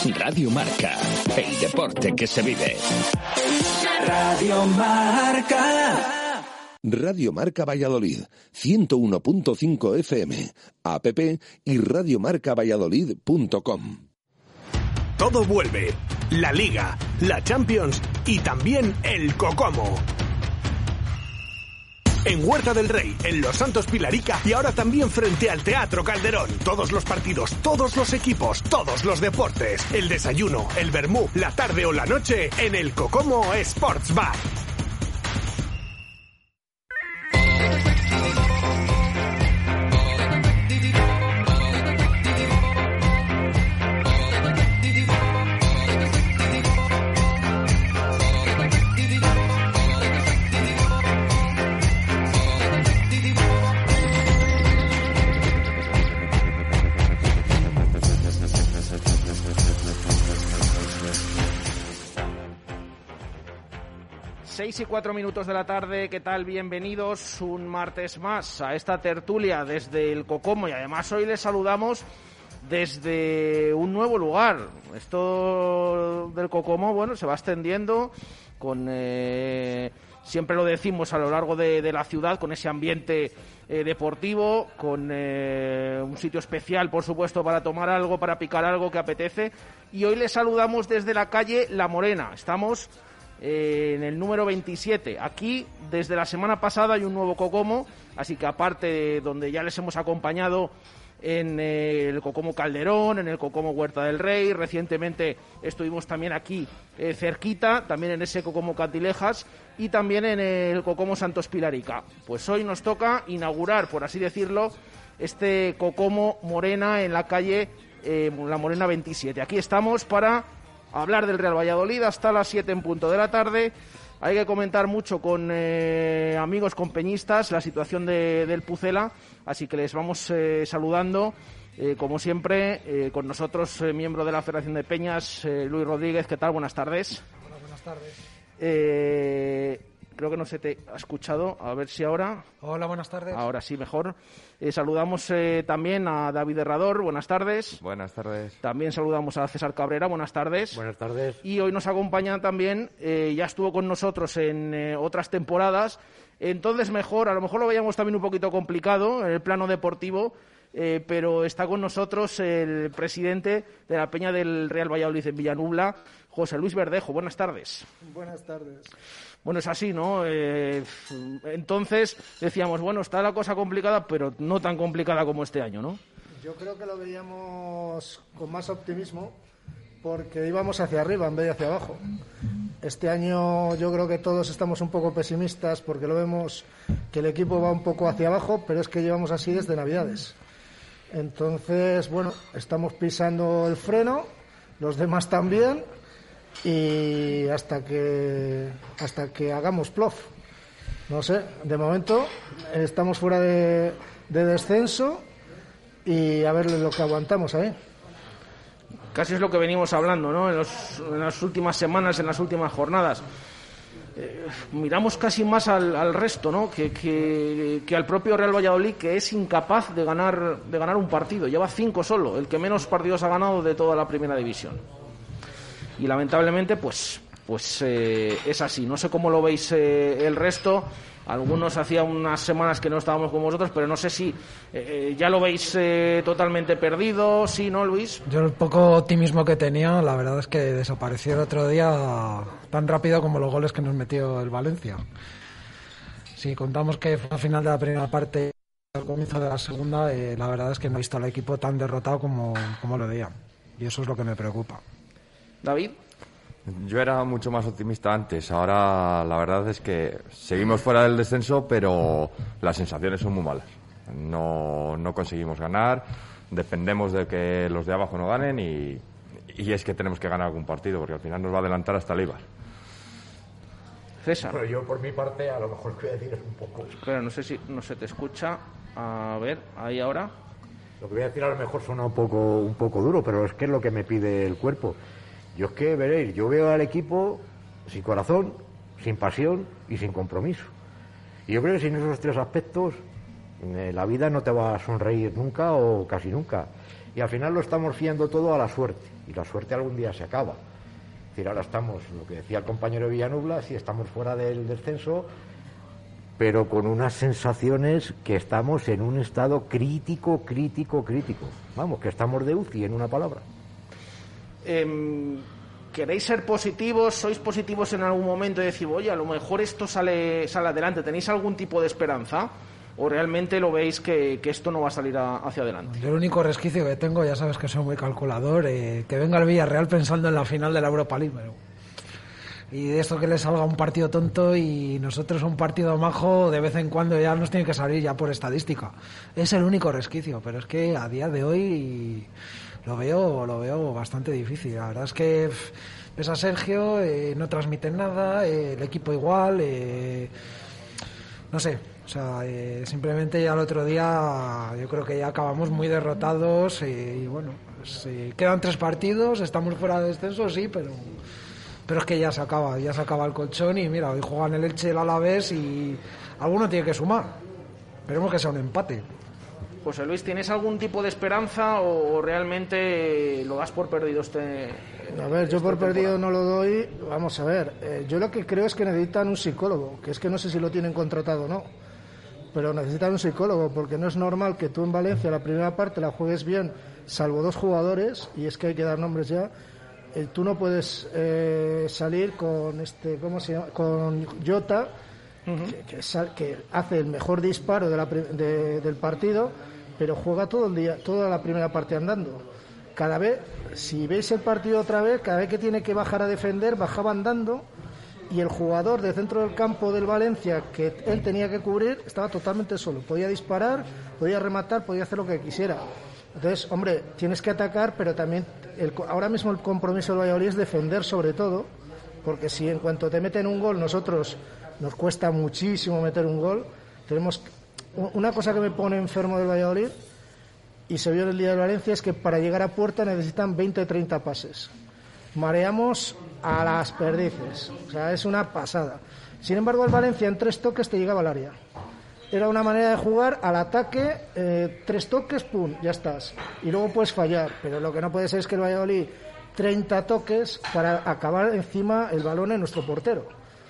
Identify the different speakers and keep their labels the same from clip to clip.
Speaker 1: Radio Marca, el deporte que se vive.
Speaker 2: Radio Marca.
Speaker 3: Radio Marca Valladolid, 101.5 FM, app y radiomarcavalladolid.com.
Speaker 4: Todo vuelve. La Liga, la Champions y también el Cocomo. En Huerta del Rey, en Los Santos Pilarica y ahora también frente al Teatro Calderón. Todos los partidos, todos los equipos, todos los deportes. El desayuno, el vermú, la tarde o la noche en el Cocomo Sports Bar.
Speaker 5: Y 4 minutos de la tarde, ¿qué tal? Bienvenidos un martes más a esta tertulia desde el Cocomo y además hoy les saludamos desde un nuevo lugar. Esto del Cocomo, bueno, se va extendiendo con, siempre lo decimos a lo largo de la ciudad, con ese ambiente deportivo, con un sitio especial, por supuesto, para tomar algo, para picar algo que apetece. Y hoy les saludamos desde la calle La Morena. Estamos en el número 27. Aquí, desde la semana pasada, hay un nuevo Cocomo, así que aparte de donde ya les hemos acompañado en el Cocomo Calderón, en el Cocomo Huerta del Rey, recientemente estuvimos también aquí cerquita, también en ese Cocomo Cantilejas y también en el Cocomo Santos Pilarica. Pues hoy nos toca inaugurar, por así decirlo, este Cocomo Morena en la calle La Morena 27. Aquí estamos para hablar del Real Valladolid hasta las 7 en punto de la tarde. Hay que comentar mucho con amigos, con peñistas, la situación del Pucela, así que les vamos saludando. Como siempre, con nosotros, miembro de la Federación de Peñas, Luis Rodríguez. ¿Qué tal? Buenas tardes.
Speaker 6: Hola, buenas tardes.
Speaker 5: Creo que no se te ha escuchado, a ver si ahora...
Speaker 6: Hola, buenas tardes.
Speaker 5: Ahora sí, mejor. Saludamos también a David Herrador, buenas tardes.
Speaker 7: Buenas tardes.
Speaker 5: También saludamos a César Cabrera, buenas tardes.
Speaker 7: Buenas tardes.
Speaker 5: Y hoy nos acompaña también, ya estuvo con nosotros en otras temporadas, entonces a lo mejor lo veíamos también un poquito complicado en el plano deportivo, pero está con nosotros el presidente de la Peña del Real Valladolid en Villanubla, José Luis Verdejo, buenas tardes.
Speaker 6: Buenas tardes.
Speaker 5: Bueno, es así, ¿no? Entonces decíamos, bueno, está la cosa complicada, pero no tan complicada como este año, ¿no?
Speaker 6: Yo creo que lo veíamos con más optimismo porque íbamos hacia arriba en vez de hacia abajo. Este año yo creo que todos estamos un poco pesimistas porque lo vemos que el equipo va un poco hacia abajo, pero es que llevamos así desde Navidades. Entonces, bueno, estamos pisando el freno, los demás también, y hasta que hagamos plof. No sé, de momento estamos fuera de descenso y a ver lo que aguantamos ahí.
Speaker 5: Casi es lo que venimos hablando, ¿no? En las últimas semanas, en las últimas jornadas. Miramos casi más al resto, ¿no? Que al propio Real Valladolid, que es incapaz de ganar un partido. Lleva 5 solo, el que menos partidos ha ganado de toda la primera división. Y lamentablemente, pues es así. No sé cómo lo veis el resto. Algunos hacía unas semanas que no estábamos con vosotros, pero no sé si ya lo veis totalmente perdido, ¿sí, no, Luis?
Speaker 6: Yo el poco optimismo que tenía, la verdad es que desapareció el otro día tan rápido como los goles que nos metió el Valencia. Si contamos que fue al final de la primera parte y al comienzo de la segunda, la verdad es que no he visto al equipo tan derrotado como lo veía. Y eso es lo que me preocupa.
Speaker 5: David.
Speaker 7: Yo era mucho más optimista antes. Ahora la verdad es que seguimos fuera del descenso, pero las sensaciones son muy malas. No conseguimos ganar, dependemos de que los de abajo no ganen y es que tenemos que ganar algún partido porque al final nos va a adelantar hasta el Eibar.
Speaker 5: César.
Speaker 8: Bueno, yo por mi parte a lo mejor lo que voy a decir es un poco...
Speaker 5: Pero no sé si no se te escucha. A ver, ahí ahora.
Speaker 8: Lo que voy a decir a lo mejor suena un poco duro, pero es que es lo que me pide el cuerpo. Yo es que, veréis, yo veo al equipo sin corazón, sin pasión y sin compromiso. Y yo creo que sin esos 3 aspectos la vida no te va a sonreír nunca o casi nunca. Y al final lo estamos fiando todo a la suerte, y la suerte algún día se acaba. Es decir, ahora estamos, lo que decía el compañero Villanubla, sí estamos fuera del descenso, pero con unas sensaciones que estamos en un estado crítico. Vamos, que estamos de UCI, en una palabra.
Speaker 5: ¿Queréis ser positivos? ¿Sois positivos en algún momento y decir, oye, a lo mejor esto sale adelante? ¿Tenéis algún tipo de esperanza? ¿O realmente lo veis que esto no va a salir hacia adelante?
Speaker 9: Yo el único resquicio que tengo, ya sabes que soy muy calculador, que venga el Villarreal pensando en la final de la Europa League. Y de esto que le salga un partido tonto y nosotros un partido majo, de vez en cuando ya nos tiene que salir ya por estadística. Es el único resquicio, pero es que a día de hoy lo veo bastante difícil. La verdad es que ves a Sergio, no transmiten nada, el equipo igual, no sé. O sea, simplemente ya el otro día yo creo que ya acabamos muy derrotados y bueno, pues, quedan 3 partidos, estamos fuera de descenso, sí, pero es que ya se acaba el colchón y mira, hoy juegan el Elche y el Alavés y alguno tiene que sumar. Esperemos que sea un empate.
Speaker 5: José Luis, ¿tienes algún tipo de esperanza o realmente lo das por perdido
Speaker 6: A ver, yo por perdido no lo doy. Vamos a ver, yo lo que creo es que necesitan un psicólogo, que es que no sé si lo tienen contratado o no, pero necesitan un psicólogo, porque no es normal que tú en Valencia la primera parte la juegues bien, salvo 2 jugadores, y es que hay que dar nombres ya. Tú no puedes salir con ¿cómo se llama? Con Jota, que hace el mejor disparo del partido, pero juega todo el día, toda la primera parte andando. Cada vez, si veis el partido otra vez, cada vez que tiene que bajar a defender, bajaba andando, y el jugador de centro del campo del Valencia, que él tenía que cubrir, estaba totalmente solo. Podía disparar, podía rematar, podía hacer lo que quisiera. Entonces, hombre, tienes que atacar, pero también ahora mismo el compromiso del Valladolid es defender sobre todo, porque si en cuanto te meten un gol, nosotros nos cuesta muchísimo meter un gol. Tenemos una cosa que me pone enfermo del Valladolid, y se vio en el día de Valencia, es que para llegar a puerta necesitan 20-30 pases. Mareamos a las perdices, o sea, es una pasada. Sin embargo, el Valencia en 3 toques te llegaba al área. Era una manera de jugar al ataque, 3 toques, pum, ya estás. Y luego puedes fallar, pero lo que no puede ser es que el Valladolid 30 toques para acabar encima el balón en nuestro portero.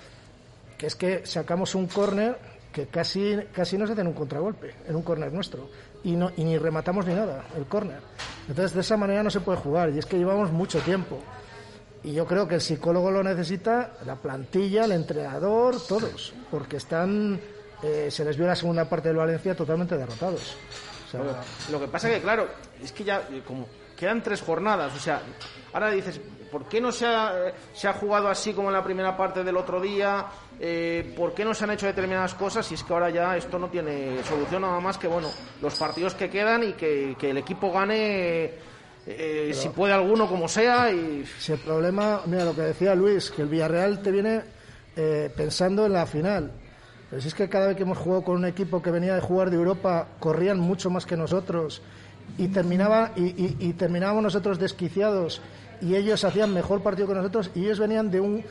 Speaker 6: Que es que sacamos un córner que casi nos hacen un contragolpe en un córner nuestro. Y ni rematamos ni nada, el córner. Entonces, de esa manera no se puede jugar, y es que llevamos mucho tiempo. Y yo creo que el psicólogo lo necesita, la plantilla, el entrenador, todos, porque están... se les vio la segunda parte del Valencia totalmente derrotados. O sea,
Speaker 5: lo que pasa que, claro, es que ya como quedan 3 jornadas, o sea, ahora dices, ¿por qué no se ha jugado así como en la primera parte del otro día? ¿Por qué no se han hecho determinadas cosas? Y es que ahora ya esto no tiene solución, nada más que, bueno, los partidos que quedan y que el equipo gane, si puede alguno, como sea. Y
Speaker 6: si el problema, mira lo que decía Luis, que el Villarreal te viene pensando en la final. Pero si es que cada vez que hemos jugado con un equipo que venía de jugar de Europa, corrían mucho más que nosotros y terminábamos nosotros desquiciados, y ellos hacían mejor partido que nosotros, y ellos venían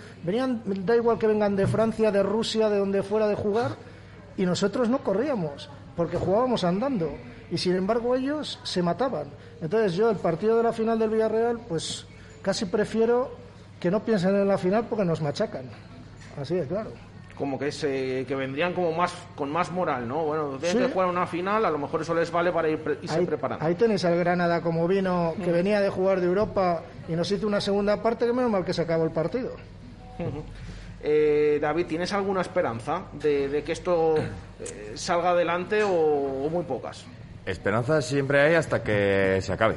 Speaker 6: da igual que vengan de Francia, de Rusia, de donde fuera de jugar, y nosotros no corríamos porque jugábamos andando, y sin embargo ellos se mataban. Entonces yo el partido de la final del Villarreal, pues casi prefiero que no piensen en la final, porque nos machacan, así de claro.
Speaker 5: Como que vendrían como con más moral, ¿no? Bueno, tienen que jugar una final, a lo mejor eso les vale para irse preparando.
Speaker 6: Ahí tenéis al Granada como vino, que venía de jugar de Europa y nos hizo una segunda parte, que menos mal que se acabó el partido.
Speaker 5: David, ¿tienes alguna esperanza de que esto salga adelante o muy pocas?
Speaker 7: Esperanza siempre hay hasta que se acabe.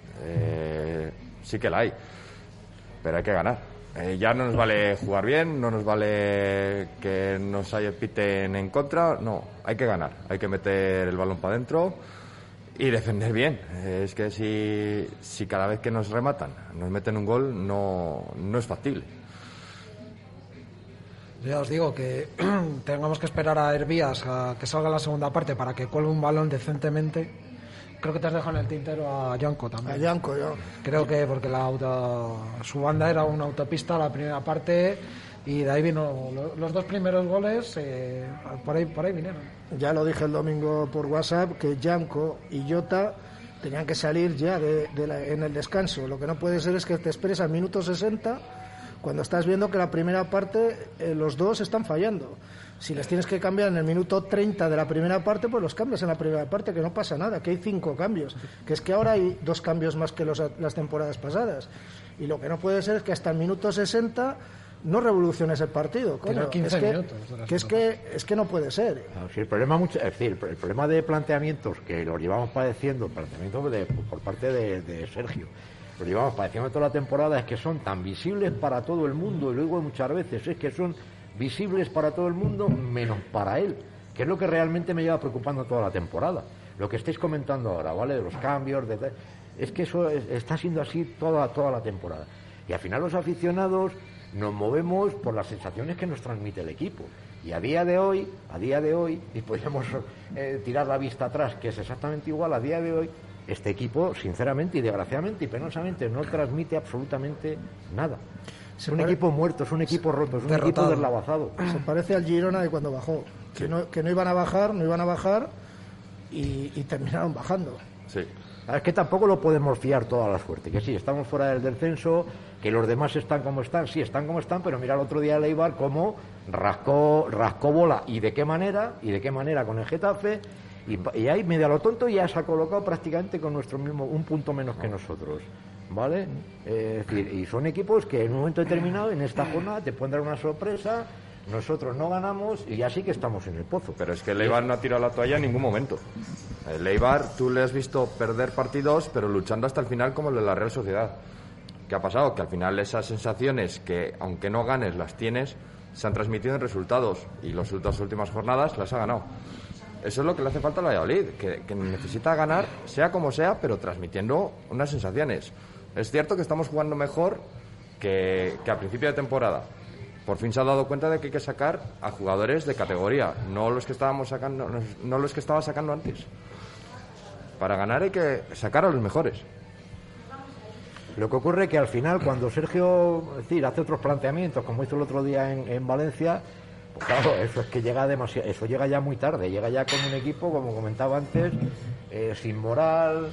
Speaker 7: Sí que la hay, pero hay que ganar. Ya no nos vale jugar bien, no nos vale que nos piten en contra, no, hay que ganar, hay que meter el balón para adentro y defender bien. Es que si cada vez que nos rematan nos meten un gol, no es factible.
Speaker 9: Ya os digo que tengamos que esperar a Hervías a que salga la segunda parte para que cuelgue un balón decentemente. Creo que te has dejado en el tintero a Yanko también.
Speaker 6: A Yanko, yo.
Speaker 9: Creo que porque su banda era una autopista la primera parte, y de ahí vino los 2 primeros goles, por ahí vinieron.
Speaker 6: Ya lo dije el domingo por WhatsApp, que Yanko y Jota tenían que salir ya en el descanso. Lo que no puede ser es que te esperes al minuto 60 cuando estás viendo que la primera parte los dos están fallando. Si les tienes que cambiar en el minuto 30 de la primera parte, pues los cambias en la primera parte, que no pasa nada, que hay 5 cambios, que es que ahora hay 2 cambios más que las temporadas pasadas. Y lo que no puede ser es que hasta el minuto 60 no revoluciones el partido, coño.
Speaker 9: 15 minutos.
Speaker 6: Es que no puede ser.
Speaker 8: Sí, el problema de planteamientos que los llevamos padeciendo, por parte de Sergio, los llevamos padeciendo toda la temporada, es que son tan visibles para todo el mundo, y lo digo muchas veces, es que son visibles para todo el mundo menos para él, que es lo que realmente me lleva preocupando toda la temporada. Lo que estáis comentando ahora, ¿vale? De los cambios, es que eso está siendo así toda la temporada. Y al final los aficionados nos movemos por las sensaciones que nos transmite el equipo. Y a día de hoy, y podemos tirar la vista atrás, que es exactamente igual, a día de hoy, este equipo, sinceramente y desgraciadamente y penosamente, no transmite absolutamente nada. Es un equipo muerto, es un equipo roto, es un equipo deslavazado.
Speaker 6: Se parece al Girona de cuando bajó, que no iban a bajar y terminaron bajando.
Speaker 8: Sí. Es que tampoco lo podemos fiar toda la suerte, que sí, estamos fuera del descenso, que los demás están como están, sí, están como están, pero mira el otro día el Eibar cómo rascó bola, y de qué manera con el Getafe, y ahí medio a lo tonto ya se ha colocado prácticamente con nuestro mismo, un punto menos que nosotros, ¿vale? Es decir, y son equipos que en un momento determinado, en esta jornada, te pueden dar una sorpresa. Nosotros no ganamos y ya sí que estamos en el pozo.
Speaker 7: Pero es que el Eibar no ha tirado la toalla en ningún momento. El Eibar, tú le has visto perder partidos, pero luchando hasta el final como el de la Real Sociedad. ¿Qué ha pasado? Que al final esas sensaciones que, aunque no ganes, las tienes, se han transmitido en resultados. Y las últimas jornadas las ha ganado. Eso es lo que le hace falta al Valladolid, que necesita ganar, sea como sea, pero transmitiendo unas sensaciones. Es cierto que estamos jugando mejor que a principio de temporada. Por fin se ha dado cuenta de que hay que sacar a jugadores de categoría, no los que estaba sacando antes. Para ganar hay que sacar a los mejores.
Speaker 8: Lo que ocurre es que al final, cuando Sergio hace otros planteamientos, como hizo el otro día en Valencia, pues claro, eso es que eso llega ya muy tarde, llega ya con un equipo, como comentaba antes, sin moral.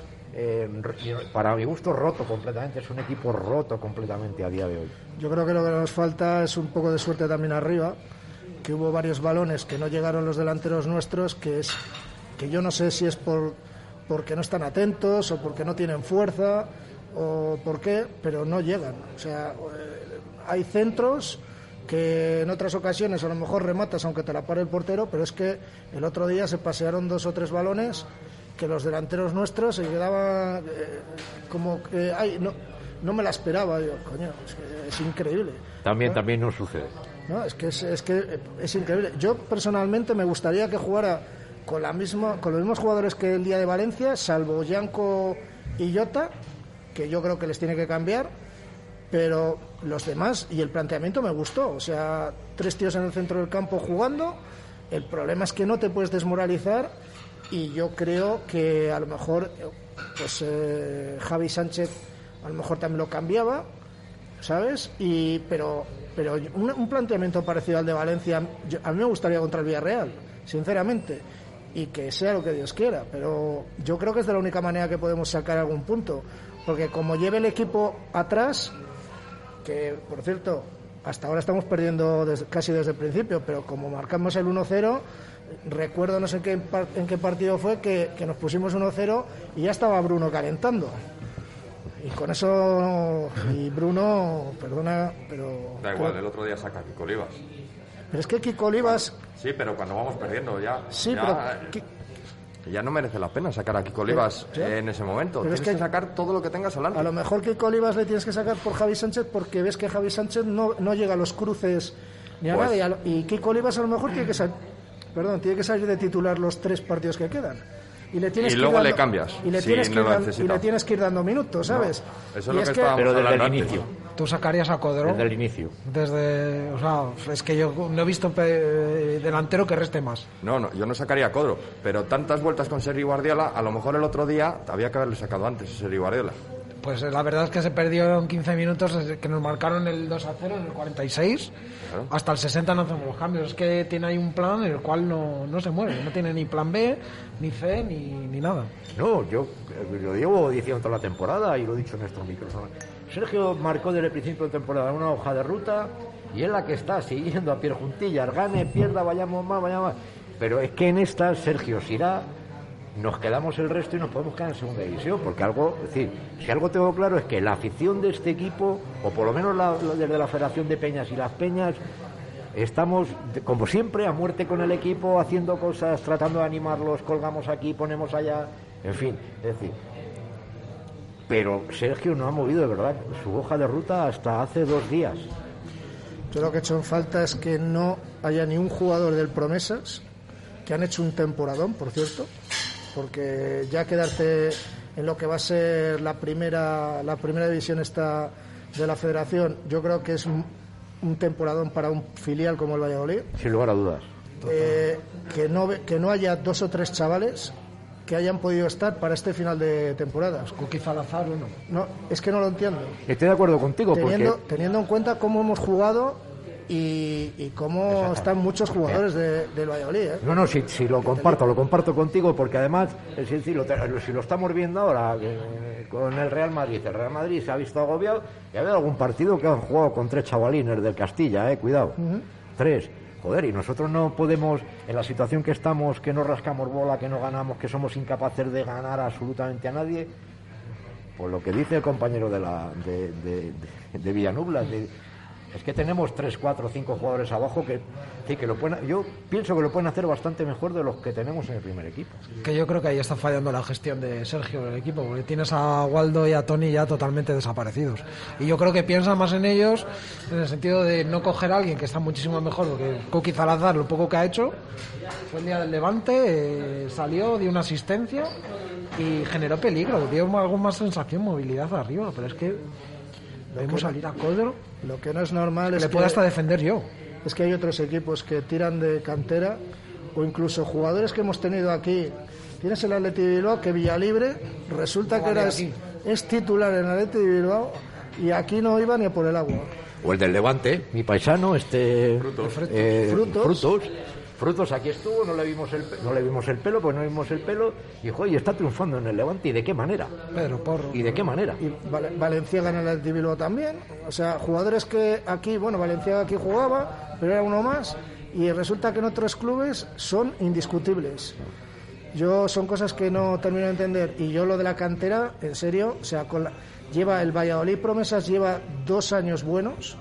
Speaker 8: Para mi gusto roto completamente, es un equipo roto completamente a día de hoy.
Speaker 6: Yo creo que lo que nos falta es un poco de suerte también arriba, que hubo varios balones que no llegaron los delanteros nuestros, que yo no sé si es porque no están atentos o porque no tienen fuerza o por qué, pero no llegan. O sea, hay centros que en otras ocasiones a lo mejor rematas aunque te la pare el portero, pero es que el otro día se pasearon 2 o 3 balones que los delanteros nuestros se quedaban como que no me la esperaba, yo, coño, es increíble.
Speaker 8: También nos sucede.
Speaker 6: No, es que es increíble. Yo personalmente me gustaría que jugara con los mismos jugadores que el día de Valencia, salvo Yanko y Jota, que yo creo que les tiene que cambiar, pero los demás, y el planteamiento me gustó, o sea, 3 tíos en el centro del campo jugando. El problema es que no te puedes desmoralizar. Y yo creo que a lo mejor pues Javi Sánchez a lo mejor también lo cambiaba, ¿sabes? Pero un planteamiento parecido al de Valencia a mí me gustaría contra el Villarreal, sinceramente, y que sea lo que Dios quiera, pero yo creo que es de la única manera que podemos sacar algún punto, porque como lleve el equipo atrás, que por cierto hasta ahora estamos perdiendo casi desde el principio, pero como marcamos el 1-0, recuerdo no sé en qué partido fue que nos pusimos 1-0 y ya estaba Bruno calentando. Y con eso, y Bruno, perdona, pero...
Speaker 7: Da igual, el otro día saca Kiko Olivas.
Speaker 6: Pero es que Kiko Olivas...
Speaker 7: Sí, pero cuando vamos perdiendo ya...
Speaker 6: Sí,
Speaker 7: ya, pero... Ya no merece la pena sacar a Kiko Olivas en ese momento. Tienes que sacar todo lo que tengas adelante.
Speaker 6: A lo mejor Kiko Olivas le tienes que sacar por Javi Sánchez porque ves que Javi Sánchez no llega a los cruces ni a nada. Y Kiko Olivas a lo mejor tiene que salir de titular los 3 partidos que quedan. Y
Speaker 7: luego le cambias.
Speaker 6: Y le tienes que ir dando minutos, ¿sabes?
Speaker 7: No, eso es lo que estábamos
Speaker 8: hablando
Speaker 7: desde el
Speaker 8: inicio.
Speaker 9: ¿Tú sacarías a Codro?
Speaker 8: Desde el inicio.
Speaker 9: O sea, es que yo no he visto delantero que reste más.
Speaker 7: No, yo no sacaría a Codro, pero tantas vueltas con Sergi Guardiola, a lo mejor el otro día había que haberle sacado antes a Sergi Guardiola.
Speaker 9: Pues la verdad es que se perdió en 15 minutos, que nos marcaron el 2-0 en el 46. Claro. Hasta el 60 no hacemos los cambios. Es que tiene ahí un plan en el cual no se mueve. No tiene ni plan B, ni C, ni nada.
Speaker 8: No, yo lo llevo diciendo toda la temporada y lo he dicho en estos micrófonos. Sergio marcó desde el principio de temporada una hoja de ruta y es la que está siguiendo a pie juntillas. Gane, pierda, vayamos más. Pero es que en esta Sergio se irá, nos quedamos el resto y nos podemos quedar en segunda división, porque si algo tengo claro es que la afición de este equipo, o por lo menos desde la Federación de Peñas y las Peñas, estamos, como siempre, a muerte con el equipo, haciendo cosas, tratando de animarlos, colgamos aquí, ponemos allá, en fin, es decir. Pero Sergio no ha movido de verdad su hoja de ruta hasta hace 2 días.
Speaker 6: Yo lo que he hecho en falta es que no haya ni un jugador del Promesas, que han hecho un temporadón, por cierto, porque ya quedarte en lo que va a ser la primera división esta de la Federación, yo creo que es un temporadón para un filial como el Valladolid.
Speaker 8: Sin lugar a dudas.
Speaker 6: Que no haya 2 o 3 chavales que hayan podido estar para este final de temporada.
Speaker 9: Cookie Salazar,
Speaker 6: no, es que no lo entiendo.
Speaker 8: Estoy de acuerdo contigo,
Speaker 6: teniendo en cuenta cómo hemos jugado y cómo están muchos jugadores del Valladolid.
Speaker 8: No, si lo comparto contigo, porque además, si lo estamos viendo ahora con el Real Madrid se ha visto agobiado y ha habido algún partido que han jugado con 3 chavalines del Castilla, cuidado, 3. Joder, y nosotros no podemos, en la situación que estamos, que no rascamos bola, que no ganamos, que somos incapaces de ganar absolutamente a nadie, pues lo que dice el compañero de Villanubla, es que tenemos 3, 4, 5 jugadores abajo que lo pueden, yo pienso que lo pueden hacer bastante mejor de los que tenemos en el primer equipo.
Speaker 9: Que yo creo que ahí está fallando la gestión de Sergio en el equipo, porque tienes a Waldo y a Tony ya totalmente desaparecidos. Y yo creo que piensa más en ellos en el sentido de no coger a alguien que está muchísimo mejor, porque Cookie Salazar, lo poco que ha hecho, fue el día del Levante, salió, dio una asistencia y generó peligro, dio algo más sensación, movilidad arriba, pero es que debemos salir a Codro.
Speaker 6: Lo que no es normal es
Speaker 9: que le pueda hasta defender yo.
Speaker 6: Es que hay otros equipos que tiran de cantera, o incluso jugadores que hemos tenido aquí. Tienes el Athletic de Bilbao, que Villalibre resulta que es titular en el Athletic de Bilbao y aquí no iba ni a por el agua.
Speaker 8: O el del Levante, mi paisano, Frutos aquí estuvo, no le vimos el pelo, y está triunfando en el Levante. ¿Y de qué manera?
Speaker 6: Pedro Porro.
Speaker 8: ¿Y de qué manera?
Speaker 6: Y Valenciaga en el Athletic Bilbao también. O sea, jugadores que aquí, Valenciaga aquí jugaba, pero era uno más, y resulta que en otros clubes son indiscutibles. Son cosas que no termino de entender. Y yo lo de la cantera, en serio, o sea, lleva el Valladolid Promesas, lleva 2 años buenos,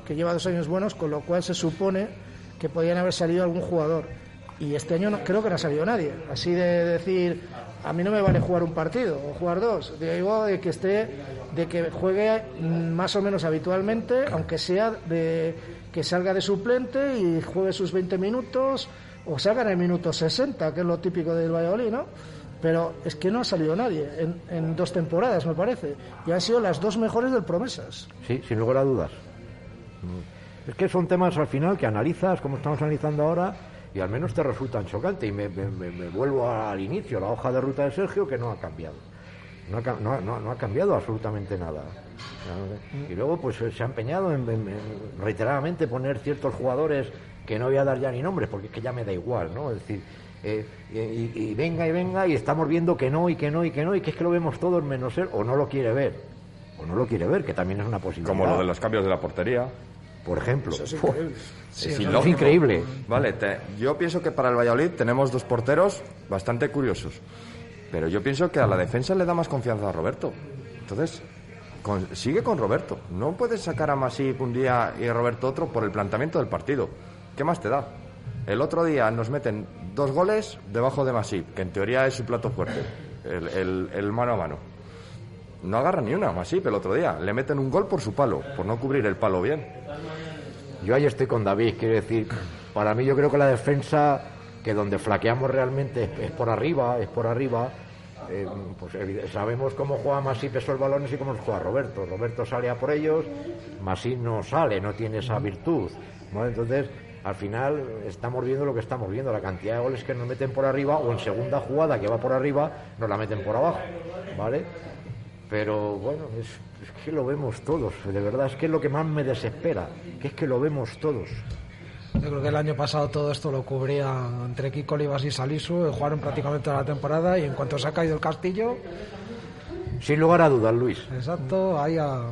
Speaker 6: con lo cual se supone que podían haber salido algún jugador, y este año creo que no ha salido nadie. Así de decir, a mí no me vale jugar un partido o jugar 2, digo de que juegue más o menos habitualmente, aunque sea que salga de suplente y juegue sus 20 minutos o salga en el minuto 60, que es lo típico del Valladolid, ¿no? Pero es que no ha salido nadie en 2 temporadas, me parece, y han sido las 2 mejores del Promesas.
Speaker 8: Sí, sin lugar a dudas. Es que son temas al final que analizas, como estamos analizando ahora, y al menos te resultan chocantes. Y me vuelvo al inicio, la hoja de ruta de Sergio, que no ha cambiado. No ha cambiado absolutamente nada. Y luego pues se ha empeñado en reiteradamente poner ciertos jugadores que no voy a dar ya ni nombres, porque es que ya me da igual, ¿no? Es decir, y venga, y estamos viendo que no, y que es que lo vemos todos menos él, o no lo quiere ver, que también es una posibilidad.
Speaker 7: Como lo de los cambios de la portería,
Speaker 8: por ejemplo.
Speaker 6: Eso es increíble.
Speaker 8: Es increíble.
Speaker 7: Vale, yo pienso que para el Valladolid tenemos 2 porteros bastante curiosos, pero yo pienso que a la defensa le da más confianza a Roberto. Entonces, sigue con Roberto. No puedes sacar a Masip un día y a Roberto otro por el planteamiento del partido. ¿Qué más te da? El otro día nos meten 2 goles debajo de Masip, que en teoría es su plato fuerte, el mano a mano. No agarra ni una, Masip el otro día. Le meten un gol por su palo, por no cubrir el palo bien.
Speaker 8: Yo ahí estoy con David, quiero decir, para mí yo creo que la defensa, que donde flaqueamos realmente es por arriba, pues sabemos cómo juega Masip esos balones y cómo los juega Roberto. Roberto sale a por ellos, Masip no sale, no tiene esa virtud, ¿no? Entonces, al final estamos viendo lo que estamos viendo, la cantidad de goles que nos meten por arriba, o en segunda jugada que va por arriba nos la meten por abajo, ¿vale? Pero bueno, es que lo vemos todos, de verdad, es que es lo que más me desespera, que es que lo vemos todos.
Speaker 9: Yo creo que el año pasado todo esto lo cubría entre Kiko Olivas y Salisu, jugaron prácticamente toda la temporada y en cuanto se ha caído el castillo...
Speaker 8: Sin lugar a dudas, Luis.
Speaker 9: Exacto,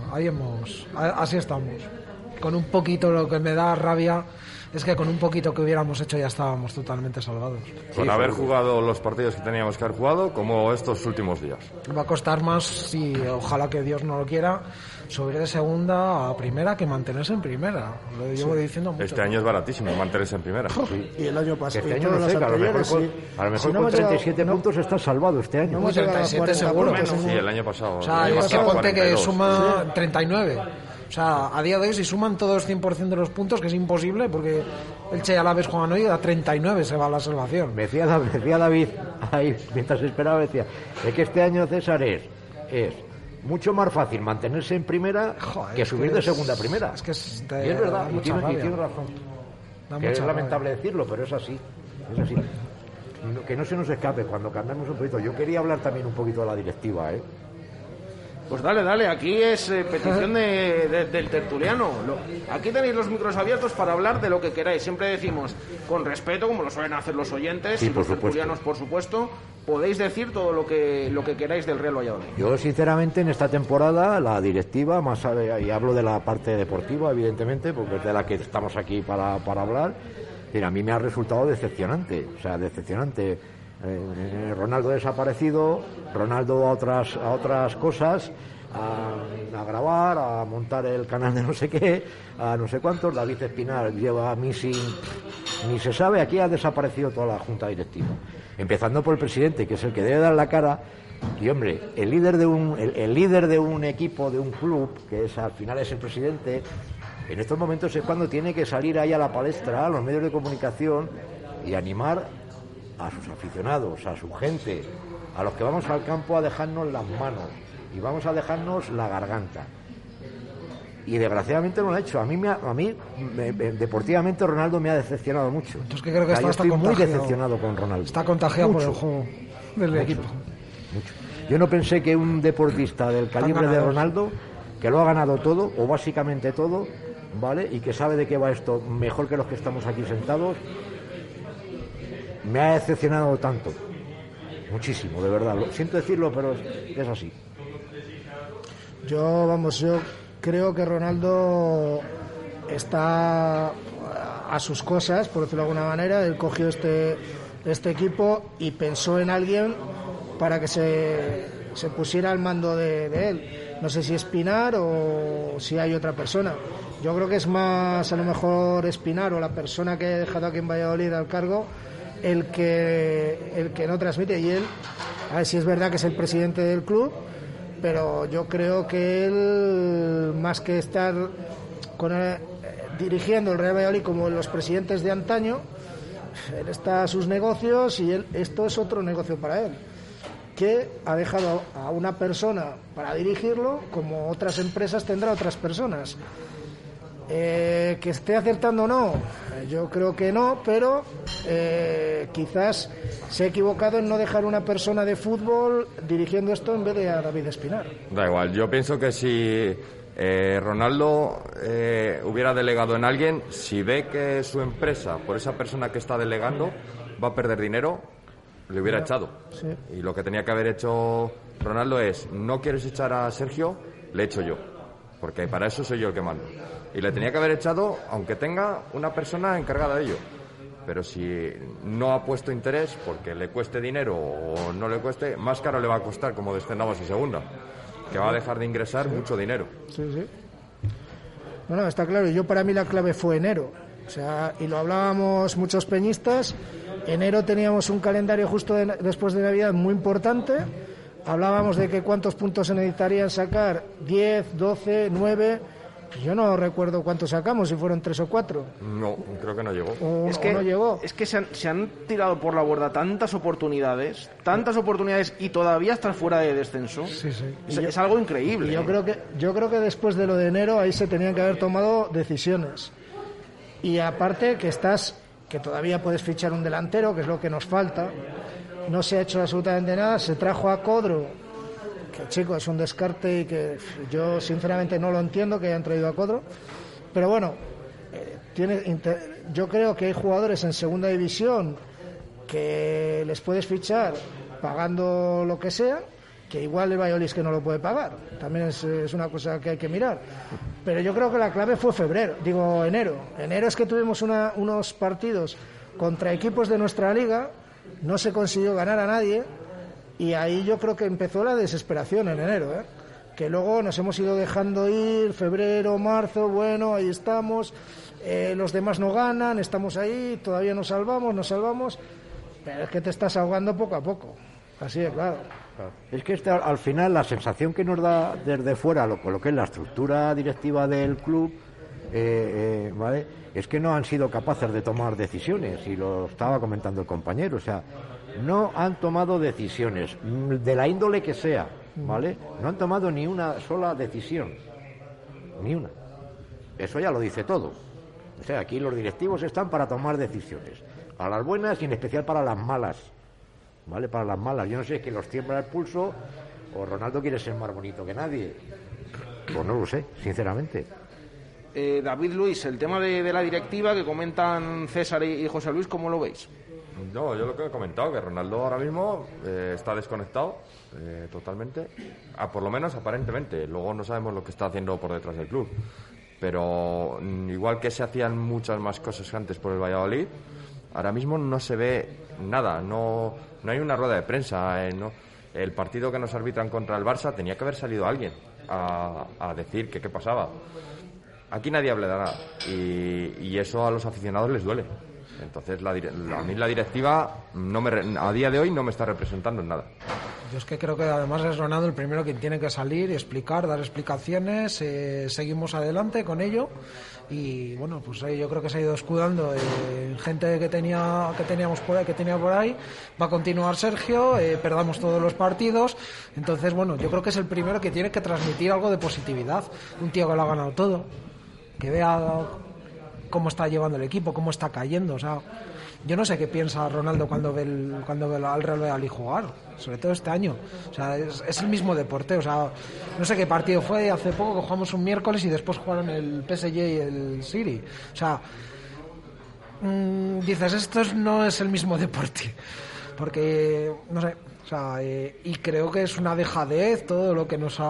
Speaker 9: así estamos. Con un poquito, lo que me da rabia es que con un poquito que hubiéramos hecho ya estábamos totalmente salvados.
Speaker 7: Con haber jugado los partidos que teníamos que haber jugado, como estos últimos días.
Speaker 9: Va a costar más, si ojalá que Dios no lo quiera, subir de segunda a primera que mantenerse en primera. Lo llevo diciendo mucho.
Speaker 7: Este año es baratísimo mantenerse en primera.
Speaker 6: Sí. Y el año pasado.
Speaker 8: Este año no sé, a lo mejor con 37 puntos estás salvado este año.
Speaker 9: No 37 seguro.
Speaker 7: Sí, el año pasado.
Speaker 9: O sea, es que ponte que suma 39. O sea, a día de hoy, si suman todos 100% de los puntos, que es imposible, porque el Che y Alaves juegan hoy, a 39 se va a la salvación.
Speaker 8: Me decía David, ahí, mientras esperaba, decía, es que este año, César, es mucho más fácil mantenerse en primera que subir de segunda a primera.
Speaker 9: Es que es
Speaker 8: verdad, y tiene razón. Que es lamentable decirlo, pero es así. Es así. Que no se nos escape cuando cambiamos un poquito. Yo quería hablar también un poquito de la directiva,
Speaker 5: Pues dale, aquí es petición del tertuliano. Aquí tenéis los micros abiertos para hablar de lo que queráis. Siempre decimos, con respeto, como lo suelen hacer los oyentes y los tertulianos, por supuesto, podéis decir todo lo que queráis del Real Valladolid.
Speaker 8: Yo, sinceramente, en esta temporada, la directiva, y hablo de la parte deportiva, evidentemente, porque es de la que estamos aquí para hablar, a mí me ha resultado decepcionante. O sea, decepcionante. Ronaldo desaparecido, Ronaldo a otras cosas, a grabar, a montar el canal de no sé qué, a no sé cuántos. David Espinar lleva a mí ni se sabe. Aquí ha desaparecido toda la junta directiva, empezando por el presidente, que es el que debe dar la cara. Y hombre, el líder de un equipo, de un club, que es al final es el presidente, en estos momentos es cuando tiene que salir ahí a la palestra, a los medios de comunicación, y animar a sus aficionados, a su gente, a los que vamos al campo a dejarnos las manos y vamos a dejarnos la garganta. Y desgraciadamente no lo ha hecho. A mí deportivamente Ronaldo me ha decepcionado mucho.
Speaker 9: Yo es que creo que
Speaker 8: estoy muy decepcionado con Ronaldo.
Speaker 9: Está contagiado por el juego del equipo.
Speaker 8: Mucho. Yo no pensé que un deportista del calibre de Ronaldo, que lo ha ganado todo, o básicamente todo, ¿vale? Y que sabe de qué va esto mejor que los que estamos aquí sentados, me ha decepcionado tanto, muchísimo, de verdad. Siento decirlo, pero es así.
Speaker 6: Yo creo que Ronaldo está a sus cosas, por decirlo de alguna manera. Él cogió este equipo y pensó en alguien para que se pusiera al mando de él. No sé si Espinar o si hay otra persona. Yo creo que es más, a lo mejor, Espinar o la persona que ha dejado aquí en Valladolid al cargo el que no transmite. Y él, a ver si es verdad que es el presidente del club, pero yo creo que él, más que estar dirigiendo el Real Valladolid como los presidentes de antaño, él está a sus negocios y esto es otro negocio para él, que ha dejado a una persona para dirigirlo, como otras empresas tendrá otras personas. Que esté acertando o no, yo creo que no, pero quizás se ha equivocado en no dejar una persona de fútbol dirigiendo esto en vez de a David Espinar.
Speaker 7: Da igual, yo pienso que si Ronaldo hubiera delegado en alguien, si ve que su empresa, por esa persona que está delegando, va a perder dinero, le hubiera echado.
Speaker 6: Sí.
Speaker 7: Y lo que tenía que haber hecho Ronaldo es, no quieres echar a Sergio, le echo yo, porque para eso soy yo el que mando. Y le tenía que haber echado, aunque tenga una persona encargada de ello. Pero si no ha puesto interés, porque le cueste dinero o no le cueste, más caro le va a costar como descendamos en segunda, que va a dejar de ingresar mucho dinero.
Speaker 6: Sí. Bueno, está claro. Yo, para mí, la clave fue enero. O sea, y lo hablábamos muchos peñistas. Enero teníamos un calendario justo después de Navidad muy importante. Hablábamos de que cuántos puntos se necesitarían sacar, 10, 12, 9... Yo no recuerdo cuántos sacamos, si fueron 3 o 4.
Speaker 7: No, creo que no llegó.
Speaker 5: No llegó. Es que se han tirado por la borda tantas oportunidades y todavía están fuera de descenso.
Speaker 6: Sí.
Speaker 5: Es algo increíble.
Speaker 6: Y yo creo que después de lo de enero ahí se tenían que haber tomado decisiones. Y aparte que todavía puedes fichar un delantero, que es lo que nos falta. No se ha hecho absolutamente nada. Se trajo a Codro, chico, es un descarte y que yo sinceramente no lo entiendo que hayan traído a Cuadro, pero bueno, yo creo que hay jugadores en segunda división que les puedes fichar pagando lo que sea, que igual el Valladolid es que no lo puede pagar, también es una cosa que hay que mirar, pero yo creo que la clave fue enero es que tuvimos unos partidos contra equipos de nuestra liga, no se consiguió ganar a nadie y ahí yo creo que empezó la desesperación en enero, que luego nos hemos ido dejando ir, febrero, marzo, bueno, ahí estamos, los demás no ganan, estamos ahí, todavía nos salvamos, pero es que te estás ahogando poco a poco, así de claro.
Speaker 8: Es que al final la sensación que nos da desde fuera lo que es la estructura directiva del club, ¿vale?, es que no han sido capaces de tomar decisiones, y lo estaba comentando el compañero, o sea, no han tomado decisiones de la índole que sea, ¿vale? No han tomado ni una sola decisión, ni una. Eso ya lo dice todo. O sea, aquí los directivos están para tomar decisiones, para las buenas y en especial para las malas, ¿vale? Para las malas. Yo no sé, es que los tiembla el pulso o Ronaldo quiere ser más bonito que nadie. Pues no lo sé, sinceramente.
Speaker 5: David Luis, el tema de la directiva que comentan César y José Luis, ¿cómo lo veis?
Speaker 7: No, yo lo que he comentado, que Ronaldo ahora mismo está desconectado totalmente, por lo menos aparentemente. Luego no sabemos lo que está haciendo por detrás del club, pero igual que se hacían muchas más cosas antes por el Valladolid, ahora mismo no se ve nada, no hay una rueda de prensa, no. El partido que nos arbitran contra el Barça tenía que haber salido alguien a decir que qué pasaba. Aquí nadie habla de nada y eso a los aficionados les duele. Entonces a mí la directiva a día de hoy no me está representando en nada.
Speaker 9: Yo es que creo que además es Ronaldo el primero quien tiene que salir y dar explicaciones. Seguimos adelante con ello y bueno, pues yo creo que se ha ido escudando gente que teníamos por ahí, que tenía por ahí. Va a continuar Sergio, perdamos todos los partidos. Entonces bueno, yo creo que es el primero que tiene que transmitir algo de positividad. Un tío que lo ha ganado todo, que vea cómo está llevando el equipo, cómo está cayendo. O sea, yo no sé qué piensa Ronaldo cuando ve al Real Valladolid jugar, sobre todo este año. O sea, es el mismo deporte. O sea, no sé qué partido fue hace poco que jugamos un miércoles y después jugaron el PSG y el City. O sea, dices, esto no es el mismo deporte, porque no sé. O sea, y creo que es una dejadez todo lo que nos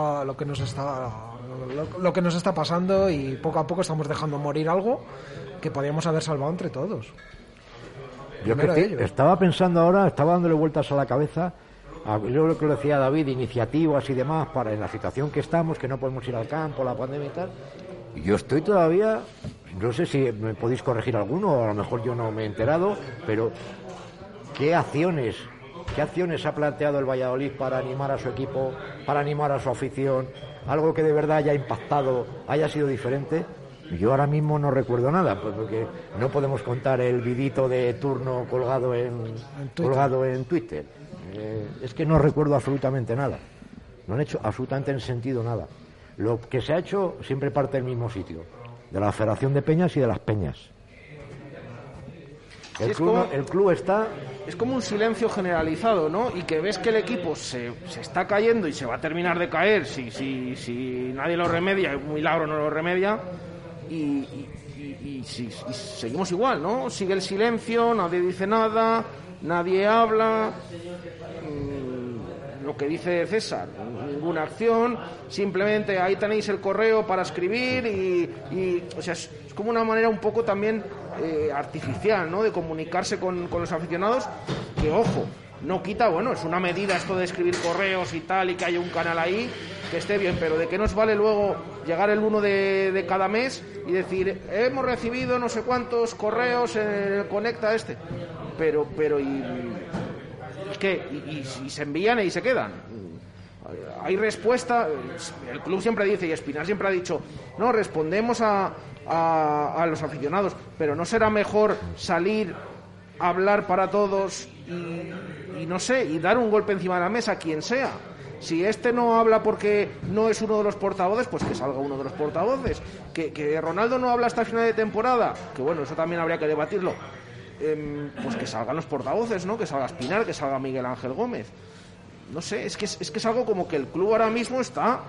Speaker 9: está pasando, y poco a poco estamos dejando morir algo que podíamos haber salvado entre todos.
Speaker 8: Yo estaba pensando ahora, estaba dándole vueltas a la cabeza, yo lo que decía David, iniciativas y demás para en la situación que estamos, que no podemos ir al campo, la pandemia y tal. Y yo estoy todavía, no sé si me podéis corregir alguno, o a lo mejor yo no me he enterado, pero ¿qué acciones ha planteado el Valladolid para animar a su equipo, para animar a su afición? Algo que de verdad haya impactado, haya sido diferente. Yo ahora mismo no recuerdo nada, porque no podemos contar el vidito de turno colgado en Twitter. Es que no recuerdo absolutamente nada. No han hecho absolutamente en sentido nada. Lo que se ha hecho siempre parte del mismo sitio, de la Federación de Peñas y de las Peñas. El club está...
Speaker 5: Es como un silencio generalizado, ¿no? Y que ves que el equipo se está cayendo y se va a terminar de caer si nadie lo remedia, un milagro no lo remedia, y seguimos igual, ¿no? Sigue el silencio, nadie dice nada, nadie habla, lo que dice César, ninguna acción, simplemente ahí tenéis el correo para escribir y o sea, es como una manera un poco también artificial, ¿no?, de comunicarse con los aficionados, que ojo, no quita, bueno, es una medida esto de escribir correos y tal, y que haya un canal ahí que esté bien, pero ¿de qué nos vale luego llegar el 1 de cada mes y decir, hemos recibido no sé cuántos correos, conecta este, pero y ¿qué? Y se envían y se quedan? Hay respuesta. El club siempre dice, y Espinar siempre ha dicho, no, respondemos a los aficionados, pero ¿no será mejor salir, hablar para todos y no sé, y dar un golpe encima de la mesa a quien sea? Si este no habla porque no es uno de los portavoces, pues que salga uno de los portavoces. Que Ronaldo no habla hasta el final de temporada, que bueno, eso también habría que debatirlo, pues que salgan los portavoces, ¿no? Que salga Espinar, que salga Miguel Ángel Gómez. no sé, es que es algo como que el club ahora mismo está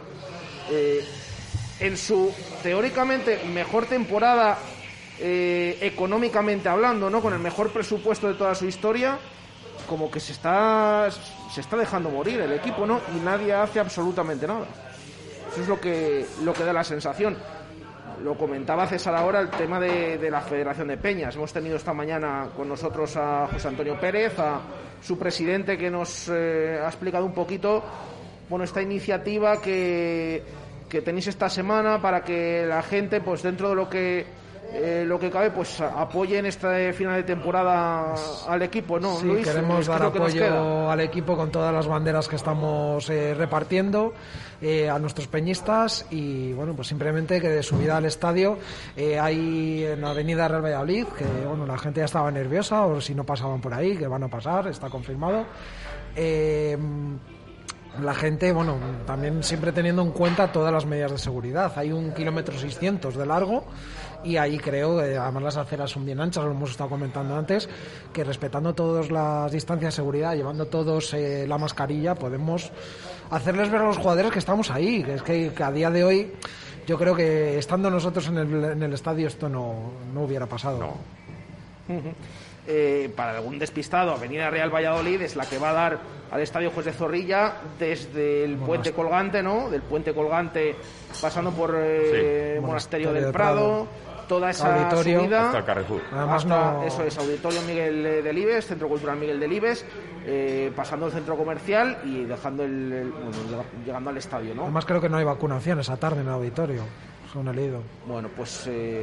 Speaker 5: en su teóricamente mejor temporada económicamente hablando, ¿no? Con el mejor presupuesto de toda su historia, como que se está dejando morir el equipo, ¿no? Y nadie hace absolutamente nada. Eso es lo que da la sensación. Lo comentaba César ahora, el tema de la Federación de Peñas. Hemos tenido esta mañana con nosotros a José Antonio Pérez, a su presidente, que nos ha explicado un poquito, bueno, esta iniciativa que tenéis esta semana para que la gente, pues dentro de lo que cabe, pues apoyen este final de temporada al equipo, ¿no?
Speaker 9: Sí,
Speaker 5: Luis,
Speaker 9: queremos dar apoyo al equipo con todas las banderas que estamos repartiendo a nuestros peñistas, y bueno, pues simplemente que de subida al estadio hay en la avenida Real Valladolid, que bueno, la gente ya estaba nerviosa, o si no pasaban por ahí, que van a pasar, está confirmado. La gente, bueno, también siempre teniendo en cuenta todas las medidas de seguridad. Hay 1,6 kilómetros de largo, y ahí creo que además las aceras son bien anchas, lo hemos estado comentando antes, que respetando todas las distancias de seguridad, llevando todos la mascarilla, podemos hacerles ver a los jugadores que estamos ahí, que es que a día de hoy yo creo que estando nosotros en el estadio esto no hubiera pasado.
Speaker 5: No. Para algún despistado, Avenida Real Valladolid es la que va a dar al Estadio Juez de Zorrilla desde el puente colgante, ¿no? Del puente colgante pasando por Monasterio del Prado, toda esa
Speaker 7: auditorio,
Speaker 5: subida
Speaker 7: hasta el Carrefour.
Speaker 5: Eso es, Auditorio Miguel Delibes, Centro Cultural Miguel Delibes, pasando el centro comercial y dejando llegando al estadio, ¿no?
Speaker 9: Además creo que no hay vacunación esa tarde en el auditorio, según he leído.
Speaker 5: Bueno, pues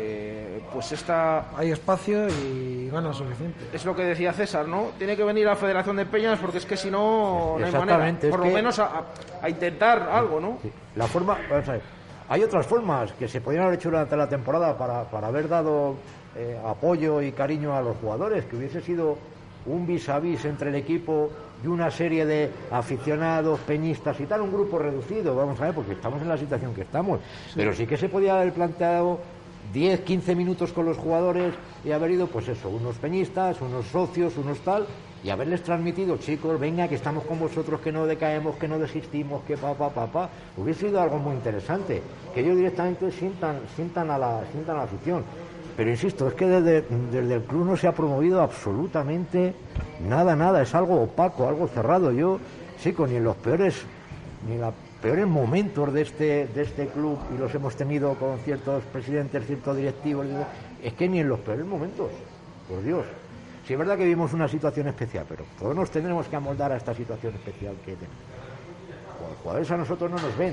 Speaker 5: esta...
Speaker 9: Hay espacio y ganas suficiente.
Speaker 5: Es lo que decía César, ¿no? Tiene que venir a la Federación de Peñas, porque es que si no, no hay manera. Por lo menos a intentar algo, ¿no?
Speaker 8: Sí. La forma... Vamos a ver, hay otras formas que se podrían haber hecho durante la temporada para haber dado apoyo y cariño a los jugadores, que hubiese sido un vis a vis entre el equipo y una serie de aficionados, peñistas y tal, un grupo reducido, vamos a ver, porque estamos en la situación que estamos. Sí. Pero sí que se podía haber planteado 10, 15 minutos con los jugadores y haber ido, pues eso, unos peñistas, unos socios, unos tal, y haberles transmitido, chicos, venga, que estamos con vosotros, que no decaemos, que no desistimos, que pa. Hubiese sido algo muy interesante, que ellos directamente sientan a la afición. Pero insisto, es que desde el club no se ha promovido absolutamente nada, es algo opaco, algo cerrado. Yo, chico, ni en los peores momentos de este club, y los hemos tenido con ciertos presidentes, ciertos directivos, es que ni en los peores momentos, por Dios. Sí, es verdad que vivimos una situación especial, pero todos nos tendremos que amoldar a esta situación especial que tenemos. Los jugadores a nosotros no nos ven.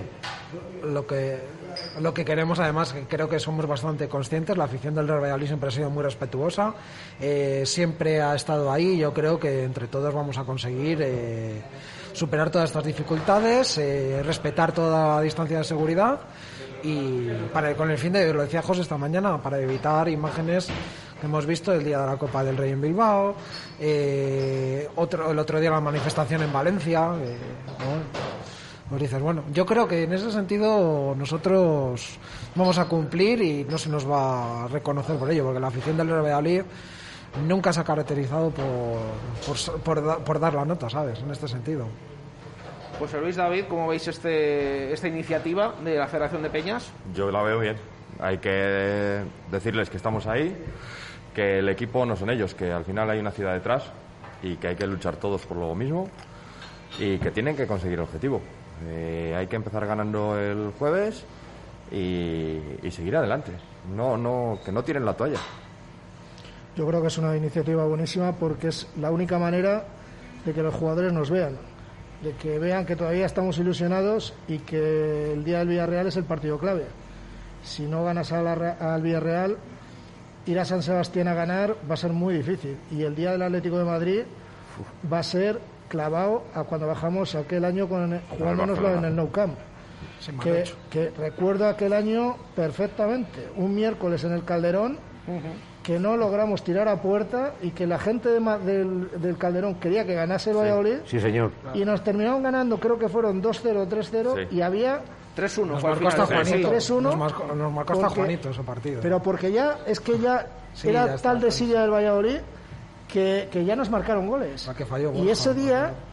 Speaker 9: Lo que queremos, además, creo que somos bastante conscientes, la afición del Real Valladolid siempre ha sido muy respetuosa, siempre ha estado ahí. Yo creo que entre todos vamos a conseguir superar todas estas dificultades, respetar toda la distancia de seguridad, y con el fin de, lo decía José esta mañana, para evitar imágenes que hemos visto el día de la Copa del Rey en Bilbao, el otro día la manifestación en Valencia, ¿no? Pues dices, bueno, yo creo que en ese sentido nosotros vamos a cumplir y no se nos va a reconocer por ello, porque la afición del Real Valladolid nunca se ha caracterizado por dar la nota, ¿sabes? En este sentido.
Speaker 5: Pues Luis, David, ¿cómo veis esta iniciativa de la Federación de Peñas?
Speaker 7: Yo la veo bien. Hay que decirles que estamos ahí, que el equipo no son ellos, que al final hay una ciudad detrás y que hay que luchar todos por lo mismo y que tienen que conseguir el objetivo. Hay que empezar ganando el jueves y seguir adelante. Que no tiren la toalla.
Speaker 6: Yo creo que es una iniciativa buenísima, porque es la única manera de que los jugadores nos vean, de que vean que todavía estamos ilusionados y que el día del Villarreal es el partido clave. Si no ganas al Villarreal, ir a San Sebastián a ganar va a ser muy difícil, y el día del Atlético de Madrid va a ser clavado a cuando bajamos aquel año jugándonoslo en el Nou Camp, que recuerdo aquel año perfectamente, un miércoles en el Calderón, que no logramos tirar a puerta y que la gente del Calderón quería que ganase el Valladolid.
Speaker 8: Sí, señor.
Speaker 6: Y nos terminaron ganando, creo que fueron 2-0, 3-0, y había
Speaker 5: 3-1.
Speaker 9: Nos marcó hasta Juanito.
Speaker 6: 3-1.
Speaker 9: Nos marcó hasta Juanito ese partido.
Speaker 6: Pero porque ya era tal desidia del Valladolid que ya nos marcaron goles.
Speaker 9: La que falló,
Speaker 6: y ese día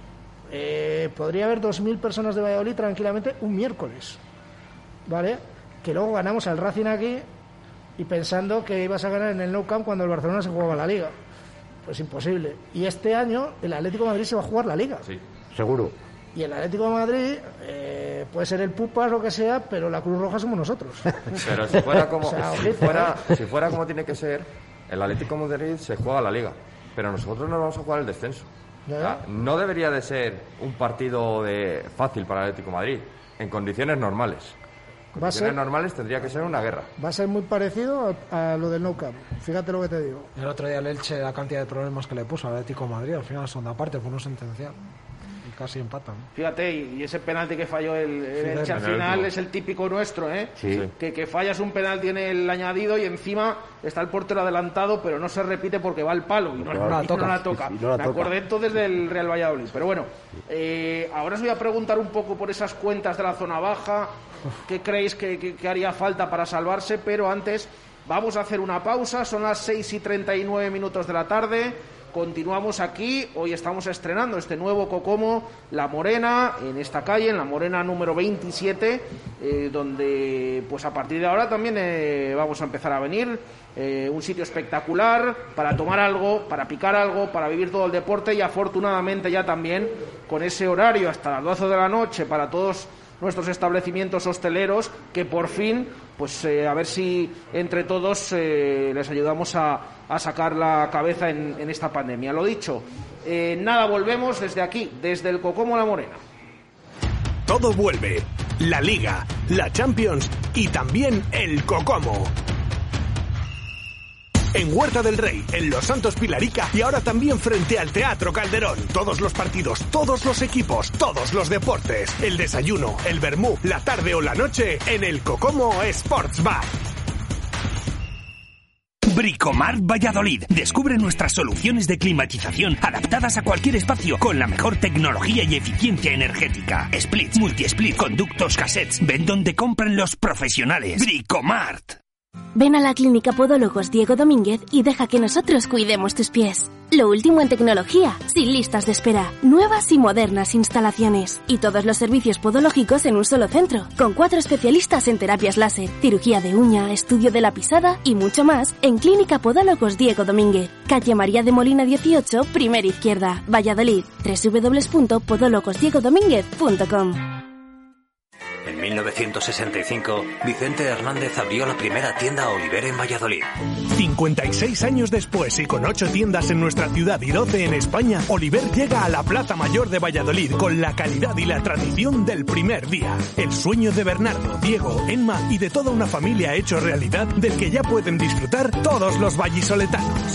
Speaker 6: podría haber 2.000 personas de Valladolid tranquilamente un miércoles, ¿vale? Que luego ganamos al Racing aquí y pensando que ibas a ganar en el Nou Camp cuando el Barcelona se jugaba la Liga. Pues imposible. Y este año el Atlético de Madrid se va a jugar la Liga.
Speaker 8: Sí, seguro.
Speaker 6: Y el Atlético de Madrid puede ser el Pupas, lo que sea, pero la Cruz Roja somos nosotros.
Speaker 7: Pero si fuera como,
Speaker 6: O sea,
Speaker 7: si fuera como tiene que ser, el Atlético de Madrid se juega la Liga, pero nosotros no vamos a jugar el descenso. No debería de ser un partido fácil para el Atlético de Madrid, en condiciones normales. En condiciones normales tendría que ser una guerra.
Speaker 6: Va a ser muy parecido a lo del Nou Camp. Fíjate lo que te digo.
Speaker 9: El otro día el Elche, la cantidad de problemas que le puso al Atlético de Madrid, al final la segunda parte fue no sentencial. Y casi empatan.
Speaker 5: Fíjate, y ese penalti que falló el Elche al final es el típico nuestro, ¿eh?
Speaker 8: Sí.
Speaker 5: Que fallas un penalti en el añadido y encima está el portero adelantado, pero no se repite porque va al palo y no la toca. Me acordé entonces del Real Valladolid. Pero bueno, ahora os voy a preguntar un poco por esas cuentas de la zona baja. ¿Qué creéis que haría falta para salvarse? Pero antes vamos a hacer una pausa. Son las 6:39 de la tarde. Continuamos aquí. Hoy estamos estrenando este nuevo Cocomo, La Morena, en esta calle, en La Morena número 27, donde pues a partir de ahora también vamos a empezar a venir. Un sitio espectacular para tomar algo, para picar algo, para vivir todo el deporte y afortunadamente ya también con ese horario hasta las 12 de la noche para todos nuestros establecimientos hosteleros, que por fin, pues a ver si entre todos les ayudamos a sacar la cabeza en esta pandemia. Lo dicho, nada, volvemos desde aquí, desde el Cocomo La Morena.
Speaker 4: Todo vuelve, la Liga, la Champions y también el Cocomo. En Huerta del Rey, en Los Santos Pilarica y ahora también frente al Teatro Calderón. Todos los partidos, todos los equipos, todos los deportes. El desayuno, el vermú, la tarde o la noche en el Cocomo Sports Bar.
Speaker 10: Bricomart Valladolid. Descubre nuestras soluciones de climatización adaptadas a cualquier espacio con la mejor tecnología y eficiencia energética. Splits, multi-split, conductos, cassettes. Ven donde compran los profesionales. Bricomart.
Speaker 11: Ven a la Clínica Podólogos Diego Domínguez y deja que nosotros cuidemos tus pies. Lo último en tecnología, sin listas de espera, nuevas y modernas instalaciones y todos los servicios podológicos en un solo centro, con 4 especialistas en terapias láser, cirugía de uña, estudio de la pisada y mucho más en Clínica Podólogos Diego Domínguez, calle María de Molina 18, primera izquierda, Valladolid, www.podologosdiegodomínguez.com.
Speaker 12: En 1965, Vicente Hernández abrió la primera tienda Oliver en Valladolid.
Speaker 4: 56 años después y con 8 tiendas en nuestra ciudad y 12 en España, Oliver llega a la Plaza Mayor de Valladolid con la calidad y la tradición del primer día. El sueño de Bernardo, Diego, Emma y de toda una familia hecho realidad del que ya pueden disfrutar todos los vallisoletanos.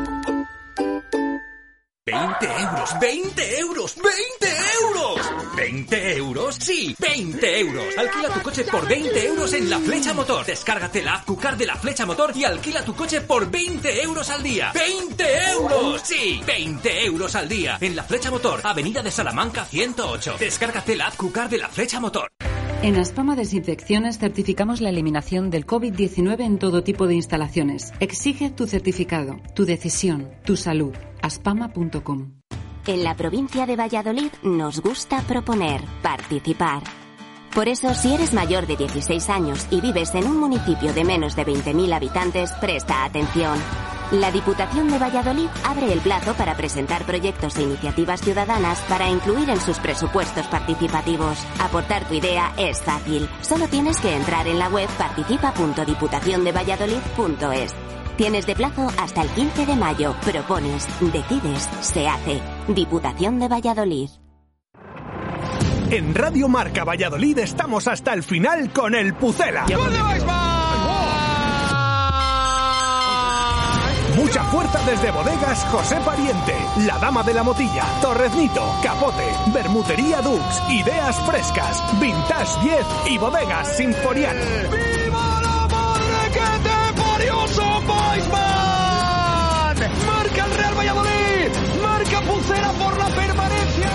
Speaker 10: 20 euros, 20 euros, 20 euros. ¿20 euros? Sí, 20 euros. Alquila tu coche por 20 euros en La Flecha Motor. Descárgate la app Cucar de La Flecha Motor y alquila tu coche por 20 euros al día. ¡20 euros! Sí, 20 euros al día. En La Flecha Motor, Avenida de Salamanca 108. Descárgate la app Cucar de La Flecha Motor.
Speaker 13: En Aspama Desinfecciones certificamos la eliminación del COVID-19 en todo tipo de instalaciones. Exige tu certificado, tu decisión, tu salud. Aspama.com.
Speaker 11: En la provincia de Valladolid nos gusta proponer, participar. Por eso, si eres mayor de 16 años y vives en un municipio de menos de 20.000 habitantes, presta atención. La Diputación de Valladolid abre el plazo para presentar proyectos e iniciativas ciudadanas para incluir en sus presupuestos participativos. Aportar tu idea es fácil. Solo tienes que entrar en la web participa.diputaciondevalladolid.es. Tienes de plazo hasta el 15 de mayo. Propones, decides, se hace. Diputación de Valladolid.
Speaker 4: En Radio Marca Valladolid estamos hasta el final con el Pucela.
Speaker 5: ¿Dónde vais más?
Speaker 4: Mucha fuerza desde Bodegas José Pariente, La Dama de la Motilla, Torreznito, Capote, Bermutería Dux, Ideas Frescas, Vintage 10 y Bodegas Sinforial.
Speaker 2: ¡Viva la Marrequete Furioso Boysman! ¡Marca el Real Valladolid! ¡Marca Pucela por la permanencia!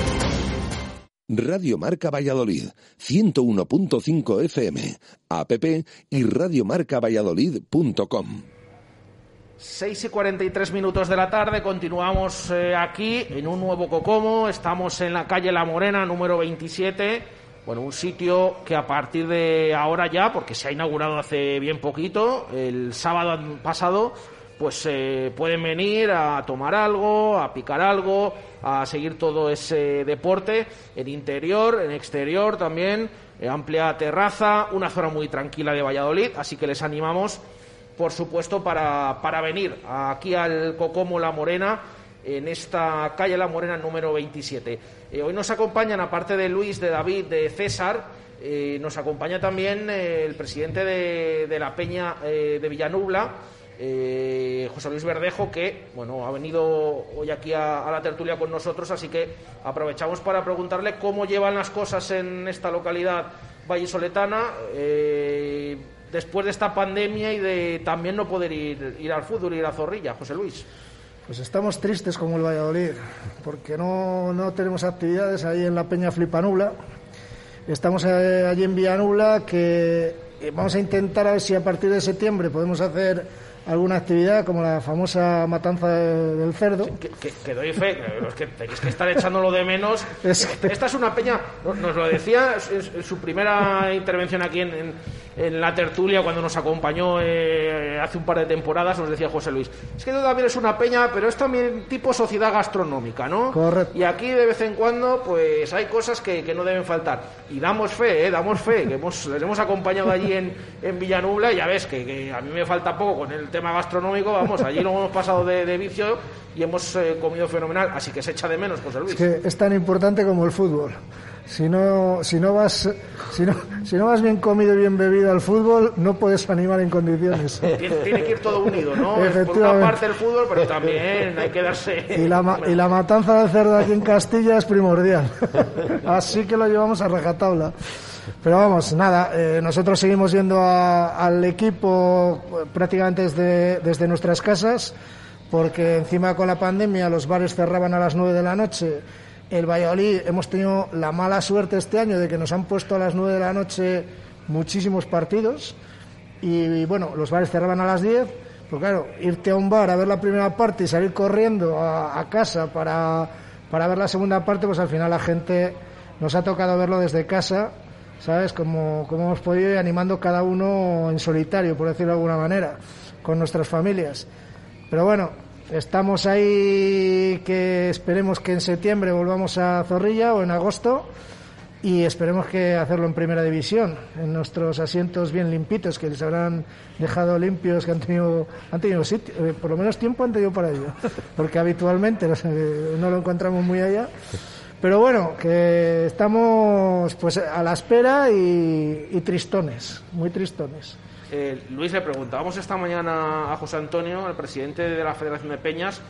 Speaker 3: Radio Marca Valladolid, 101.5 FM, app y radiomarcavalladolid.com.
Speaker 5: 6:43 de la tarde, continuamos aquí en un nuevo Cocomo. Estamos en la calle La Morena, número 27. Bueno, un sitio que a partir de ahora ya, porque se ha inaugurado hace bien poquito, el sábado pasado, pues pueden venir a tomar algo, a picar algo, a seguir todo ese deporte en interior, en exterior también, amplia terraza, una zona muy tranquila de Valladolid, así que les animamos, por supuesto, para venir aquí al Cocomo La Morena, en esta calle La Morena número 27. Hoy nos acompañan, aparte de Luis, de David, de César, nos acompaña también el presidente de la Peña de Villanubla, José Luis Verdejo, que bueno, ha venido hoy aquí a la tertulia con nosotros, así que aprovechamos para preguntarle cómo llevan las cosas en esta localidad vallisoletana, después de esta pandemia y de también no poder ir al fútbol, ir a Zorrilla. José Luis.
Speaker 6: Pues estamos tristes como el Valladolid, porque no tenemos actividades ahí en la Peña Flipanubla. Estamos allí en Villanubla, que vamos a intentar a ver si a partir de septiembre podemos hacer alguna actividad como la famosa matanza del cerdo.
Speaker 5: Que doy fe, es que tenéis que estar echándolo de menos. Esta es una peña, nos lo decía en su primera intervención aquí en la tertulia, cuando nos acompañó hace un par de temporadas, nos decía José Luis, es que también es una peña, pero es también tipo sociedad gastronómica, ¿no?
Speaker 6: Correcto.
Speaker 5: Y aquí de vez en cuando pues hay cosas que no deben faltar. Y damos fe, que les hemos acompañado allí en Villanubla, y ya ves que a mí me falta poco con el tema gastronómico, vamos, allí lo hemos pasado de vicio y hemos comido fenomenal, así que se echa de menos, José Luis.
Speaker 6: Es que es tan importante como el fútbol. Si no vas bien comido y bien bebido al fútbol, no puedes animar en condiciones.
Speaker 5: Tiene que ir todo unido, ¿no? Por una parte el fútbol, pero también hay que darse...
Speaker 6: Y la matanza del cerdo aquí en Castilla es primordial. Así que lo llevamos a rajatabla. Pero vamos, nada, nosotros seguimos yendo al equipo prácticamente desde nuestras casas, porque encima con la pandemia los bares cerraban a las 9 de la noche. El Valladolid hemos tenido la mala suerte este año de que nos han puesto a las 9 de la noche muchísimos partidos y bueno, los bares cerraban a las 10, pues claro, irte a un bar a ver la primera parte y salir corriendo a casa para ver la segunda parte, pues al final la gente nos ha tocado verlo desde casa, ¿sabes? Como hemos podido ir animando cada uno en solitario, por decirlo de alguna manera, con nuestras familias. Pero bueno, estamos ahí, que esperemos que en septiembre volvamos a Zorrilla o en agosto, y esperemos que hacerlo en primera división, en nuestros asientos bien limpitos, que les habrán dejado limpios, que han tenido sitio, por lo menos tiempo han tenido para ello, porque habitualmente no lo encontramos muy allá. Pero bueno, que estamos pues a la espera y tristones, muy tristones.
Speaker 5: Luis, le preguntábamos esta mañana a José Antonio, el presidente de la Federación de Peñas,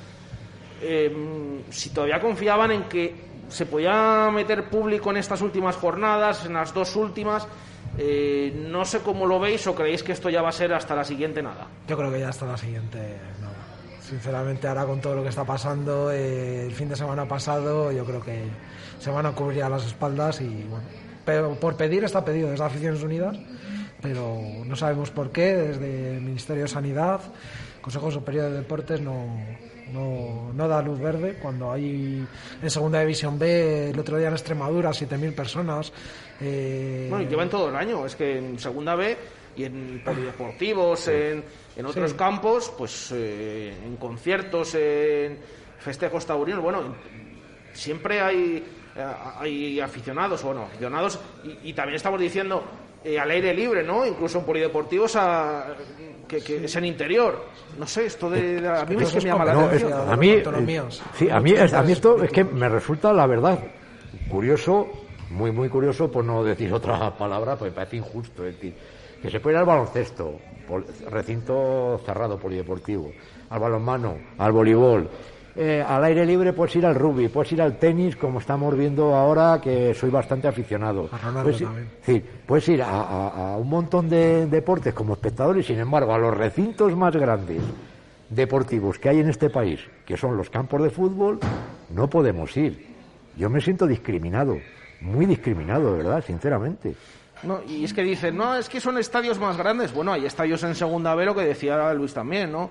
Speaker 5: si todavía confiaban en que se podía meter público en estas últimas jornadas, en las dos últimas. No sé cómo lo veis, o creéis que esto ya va a ser hasta la siguiente nada.
Speaker 9: Yo creo que ya hasta la siguiente nada. Sinceramente, ahora con todo lo que está pasando, el fin de semana pasado, yo creo que se van a cubrir a las espaldas y bueno, pero por pedir está pedido desde Aficiones Unidas, pero no sabemos por qué, desde el Ministerio de Sanidad, Consejo Superior de Deportes no da luz verde, cuando hay en Segunda División B, el otro día en Extremadura, 7.000 personas.
Speaker 5: Bueno, y llevan todo el año, es que en Segunda B y en polideportivos, en otros campos, pues en conciertos, en festejos taurinos, bueno, siempre hay aficionados, y también estamos diciendo al aire libre, ¿no? Incluso en polideportivos que es en interior. No sé, esto a mí es que me llama la atención.
Speaker 8: A mí esto es que me resulta, la verdad, curioso, muy muy curioso, por no decir otra palabra, pues me parece injusto, es decir, que se puede ir al baloncesto, recinto cerrado polideportivo, al balonmano, al voleibol, al aire libre puedes ir al rugby, puedes ir al tenis, como estamos viendo ahora, que soy bastante aficionado. Puedes ir a un montón de deportes como espectador, y sin embargo a los recintos más grandes deportivos que hay en este país, que son los campos de fútbol, no podemos ir. Yo me siento discriminado, muy discriminado, de verdad, sinceramente.
Speaker 5: No, y es que dicen, no, es que son estadios más grandes. Bueno, hay estadios en Segunda B, lo que decía Luis también, ¿no?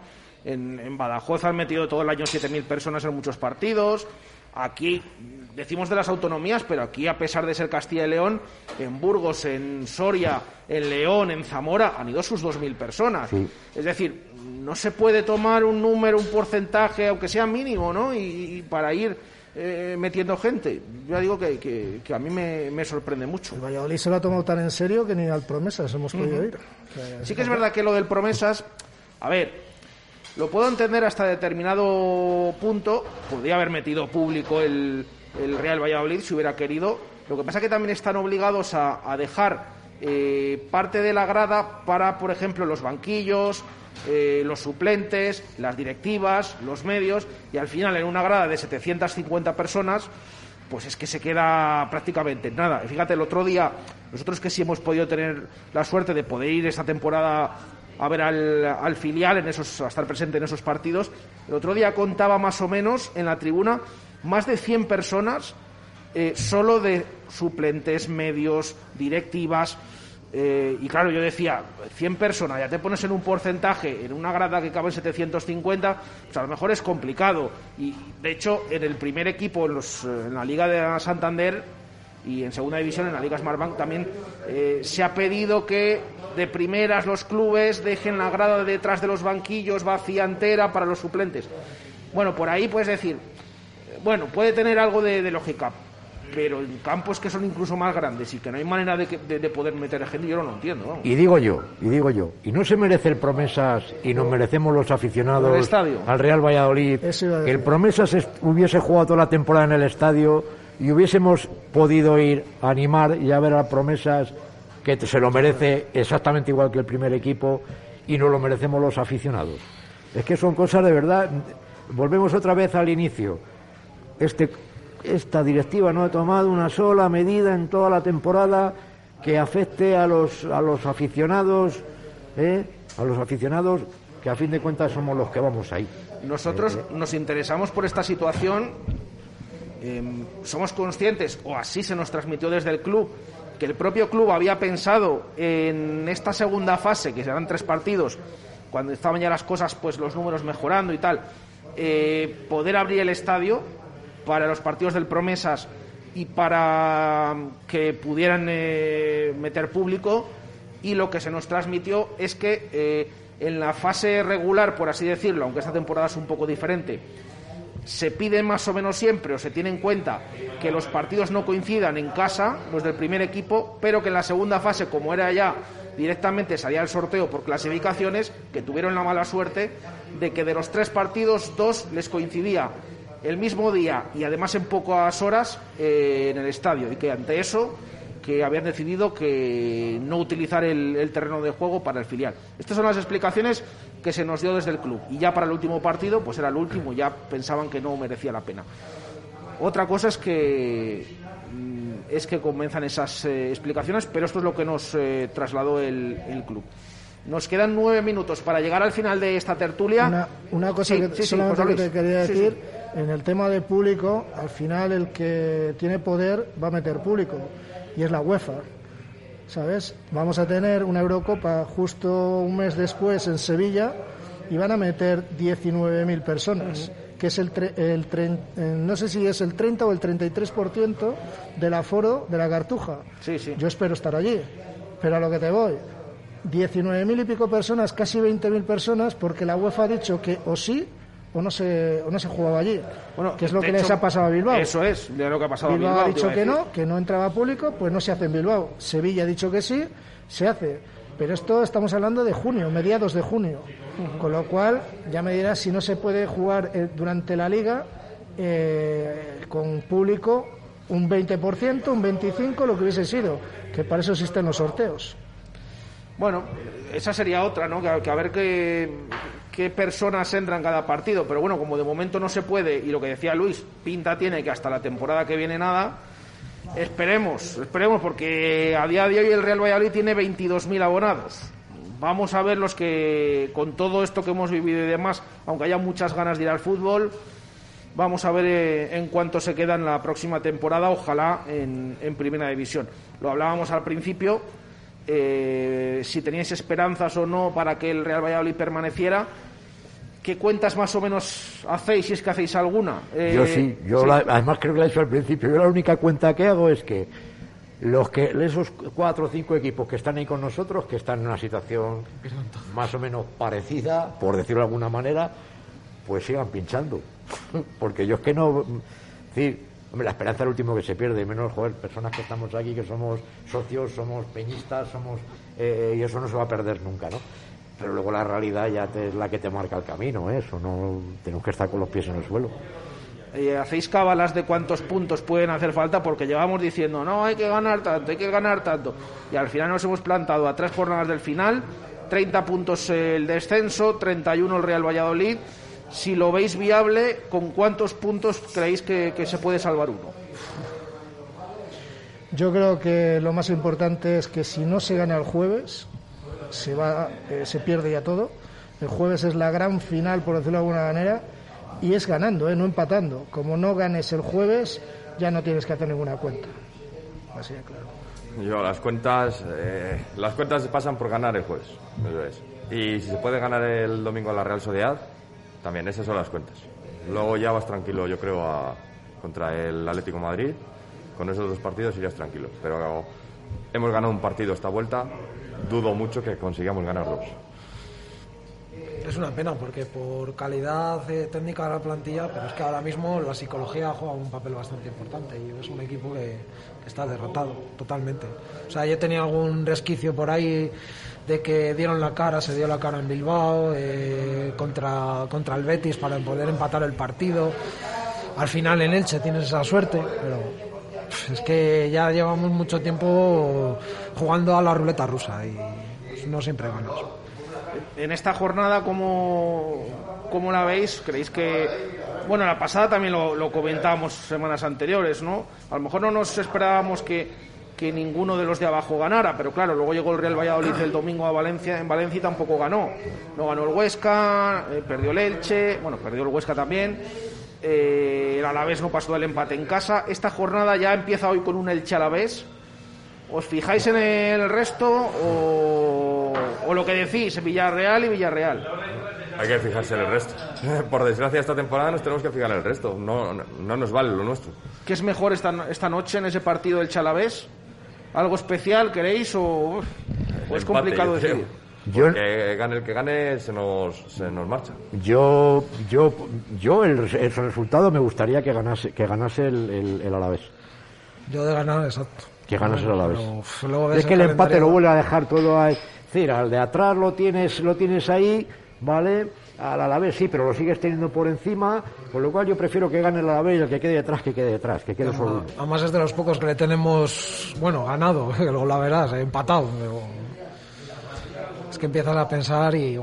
Speaker 5: En Badajoz han metido todo el año 7.000 personas en muchos partidos. Aquí decimos de las autonomías, pero aquí, a pesar de ser Castilla y León, en Burgos, en Soria, en León, en Zamora, han ido sus 2.000 personas. Sí. Es decir, no se puede tomar un número, un porcentaje, aunque sea mínimo, ¿no? Y para ir metiendo gente. Yo digo que a mí me sorprende mucho.
Speaker 6: El Valladolid se lo ha tomado tan en serio que ni al Promesas hemos podido ir.
Speaker 5: Sí que es verdad que lo del Promesas, a ver, lo puedo entender hasta determinado punto. Podría haber metido público el Real Valladolid si hubiera querido. Lo que pasa es que también están obligados a dejar parte de la grada para, por ejemplo, los banquillos, los suplentes, las directivas, los medios, y al final en una grada de 750 personas pues es que se queda prácticamente nada. Fíjate, el otro día, nosotros que sí hemos podido tener la suerte de poder ir esta temporada a ver al filial, a estar presente en esos partidos, el otro día contaba más o menos en la tribuna más de 100 personas solo de suplentes, medios, directivas. Y claro, yo decía, 100 personas, ya te pones en un porcentaje, en una grada que cabe en 750, pues a lo mejor es complicado. Y de hecho, en el primer equipo, en la Liga de Santander y en segunda división, en la Liga Smartbank, también se ha pedido que de primeras los clubes dejen la grada detrás de los banquillos vacía entera para los suplentes. Bueno, por ahí puedes decir, bueno, puede tener algo de lógica, pero en campos que son incluso más grandes y que no hay manera de poder meter a gente, yo no lo entiendo, ¿no?
Speaker 8: Y digo yo, ¿y no se merece el Promesas y nos merecemos los aficionados al Real Valladolid que el Promesas hubiese jugado toda la temporada en el estadio y hubiésemos podido ir a animar y a ver a Promesas, que se lo merece exactamente igual que el primer equipo, y nos lo merecemos los aficionados? Es que son cosas de verdad. Volvemos otra vez al inicio. Esta directiva no ha tomado una sola medida en toda la temporada que afecte a los aficionados, a los aficionados, que a fin de cuentas somos los que vamos ahí.
Speaker 5: Nosotros nos interesamos por esta situación, somos conscientes, o así se nos transmitió desde el club, que el propio club había pensado en esta segunda fase, que serán 3 partidos, cuando estaban ya las cosas, pues los números mejorando y tal, poder abrir el estadio para los partidos del Promesas y para que pudieran meter público, y lo que se nos transmitió es que en la fase regular, por así decirlo, aunque esta temporada es un poco diferente, se pide más o menos siempre, o se tiene en cuenta, que los partidos no coincidan en casa, los del primer equipo, pero que en la segunda fase, como era ya directamente, salía el sorteo por clasificaciones, que tuvieron la mala suerte de que de los 3 partidos, 2 les coincidía el mismo día y además en pocas horas en el estadio, y que ante eso que habían decidido que no utilizar el terreno de juego para el filial. Estas son las explicaciones que se nos dio desde el club, y ya para el último partido pues era el último, ya pensaban que no merecía la pena. Otra cosa es que comienzan esas explicaciones, pero esto es lo que nos trasladó el club. Nos quedan 9 minutos para llegar al final de esta tertulia.
Speaker 6: Una cosa solamente que te quería decir, en el tema de público, al final el que tiene poder va a meter público, y es la UEFA, ¿sabes? Vamos a tener una Eurocopa justo un mes después en Sevilla y van a meter 19.000 personas, que es no sé si es el 30 o el 33% del aforo de la Cartuja.
Speaker 5: Sí, sí.
Speaker 6: Yo espero estar allí, pero a lo que te voy, 19.000 y pico personas, casi 20.000 personas, porque la UEFA ha dicho que o sí o no se jugaba allí. Bueno, que es lo que les ha pasado a Bilbao.
Speaker 5: Eso es lo que ha pasado a Bilbao.
Speaker 6: Bilbao ha dicho que no entraba público, pues no se hace en Bilbao. Sevilla ha dicho que sí, se hace. Pero esto estamos hablando de junio, mediados de junio. Con lo cual, ya me dirás si no se puede jugar durante la Liga con público un 20%, un 25%, lo que hubiese sido. Que para eso existen los sorteos.
Speaker 5: Bueno, esa sería otra, ¿no? Que a ver qué personas entran cada partido. Pero bueno, como de momento no se puede, y lo que decía Luis, pinta tiene que hasta la temporada que viene nada, esperemos, porque a día de hoy el Real Valladolid tiene 22.000 abonados. Vamos a ver los que, con todo esto que hemos vivido y demás, aunque haya muchas ganas de ir al fútbol, vamos a ver en cuánto se queda en la próxima temporada, ojalá en Primera División. Lo hablábamos al principio, si teníais esperanzas o no para que el Real Valladolid permaneciera, ¿Qué cuentas más o menos hacéis, si es que hacéis alguna?
Speaker 8: Yo sí, además creo que lo he dicho al principio. Yo la única cuenta que hago es que esos 4 o 5 equipos que están ahí con nosotros, que están en una situación más o menos parecida, por decirlo de alguna manera, pues sigan pinchando. Porque yo es que no... Sí, hombre, la esperanza es el último que se pierde, menos, personas que estamos aquí, que somos socios, somos peñistas, y eso no se va a perder nunca, ¿no? Pero luego la realidad ya es la que te marca el camino, ¿eh? Eso no, tenemos que estar con los pies en el suelo.
Speaker 5: ¿Hacéis cábalas de cuántos puntos pueden hacer falta? Porque llevamos diciendo, no, hay que ganar tanto, y al final nos hemos plantado a 3 jornadas del final, 30 puntos el descenso, 31 el Real Valladolid. Si lo veis viable, ¿con cuántos puntos creéis que se puede salvar uno?
Speaker 6: Yo creo que lo más importante es que si no se gana el jueves, se pierde ya todo. El jueves es la gran final, por decirlo de alguna manera, y es ganando, no empatando. Como no ganes el jueves, ya no tienes que hacer ninguna cuenta. Así de claro.
Speaker 7: Yo, las cuentas se pasan por ganar el jueves, eso es. Y si se puede ganar el domingo a la Real Sociedad, también, esas son las cuentas. Luego ya vas tranquilo, yo creo, contra el Atlético de Madrid. Con esos 2 partidos irías tranquilo. Pero hemos ganado un partido esta vuelta, dudo mucho que consigamos ganar 2.
Speaker 9: Es una pena porque por calidad técnica de la plantilla, pero es que ahora mismo la psicología juega un papel bastante importante y es un equipo que está derrotado totalmente. O sea, yo tenía algún resquicio por ahí de que se dio la cara en Bilbao contra el Betis para poder empatar el partido. Al final en Elche tienes esa suerte, pero es que ya llevamos mucho tiempo jugando a la ruleta rusa y no siempre ganas.
Speaker 5: En esta jornada, ¿cómo la veis? ¿Creéis que... Bueno, la pasada también lo comentábamos semanas anteriores, ¿no? A lo mejor no nos esperábamos que ninguno de los de abajo ganara, pero claro, luego llegó el Real Valladolid el domingo en Valencia y tampoco ganó. No ganó el Huesca, perdió el Elche, perdió el Huesca también, el Alavés no pasó del empate en casa. Esta jornada ya empieza hoy con un Elche Alavés. ¿Os fijáis en el resto o lo que decís, Villarreal y Villarreal?
Speaker 7: Hay que fijarse en el resto. Por desgracia, esta temporada nos tenemos que fijar en el resto. No nos vale lo nuestro.
Speaker 5: ¿Qué es mejor esta noche en ese partido del Chalavés? ¿Algo especial queréis o es complicado decir?
Speaker 7: Porque gane el que gane se nos marcha.
Speaker 8: Yo el resultado me gustaría que ganase el Alavés.
Speaker 9: Yo de ganar, exacto.
Speaker 8: Que ganase el Alavés. Es que el empate lo vuelve a dejar todo ahí. Es decir, al de atrás lo tienes ahí, ¿vale? Al Alavés sí, pero lo sigues teniendo por encima, con lo cual yo prefiero que gane el Alavés y el que quede detrás, que quede solo.
Speaker 9: Además es de los pocos que le tenemos, ganado, luego la verás, empatado. Es que empiezas a pensar y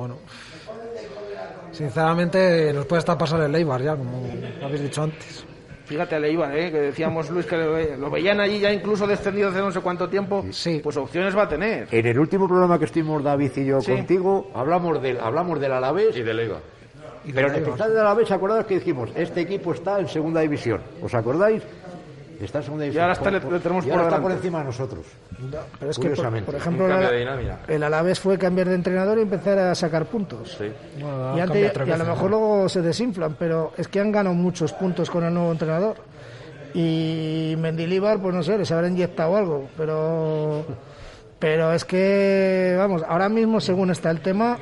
Speaker 9: sinceramente nos puede estar pasando el Eibar ya, como habéis dicho antes.
Speaker 5: Fíjate al Eibar, que decíamos, Luis, que lo veían allí ya incluso descendido hace no sé cuánto tiempo, sí. Pues opciones va a tener.
Speaker 8: En el último programa que estuvimos David y yo contigo, hablamos del Alavés
Speaker 7: y del Eibar.
Speaker 8: Pero en el especial del Alavés, ¿acordáis que dijimos? Este equipo está en segunda división, ¿os acordáis? Está en segunda división.
Speaker 5: Y ahora le tenemos
Speaker 8: está por encima de nosotros.
Speaker 6: Pero es que, por ejemplo, el Alavés fue cambiar de entrenador y empezar a sacar puntos. Sí. Y a lo mejor luego se desinflan, pero es que han ganado muchos puntos con el nuevo entrenador. Y Mendilibar, pues no sé, les habrá inyectado algo, pero es que, ahora mismo, según está el tema,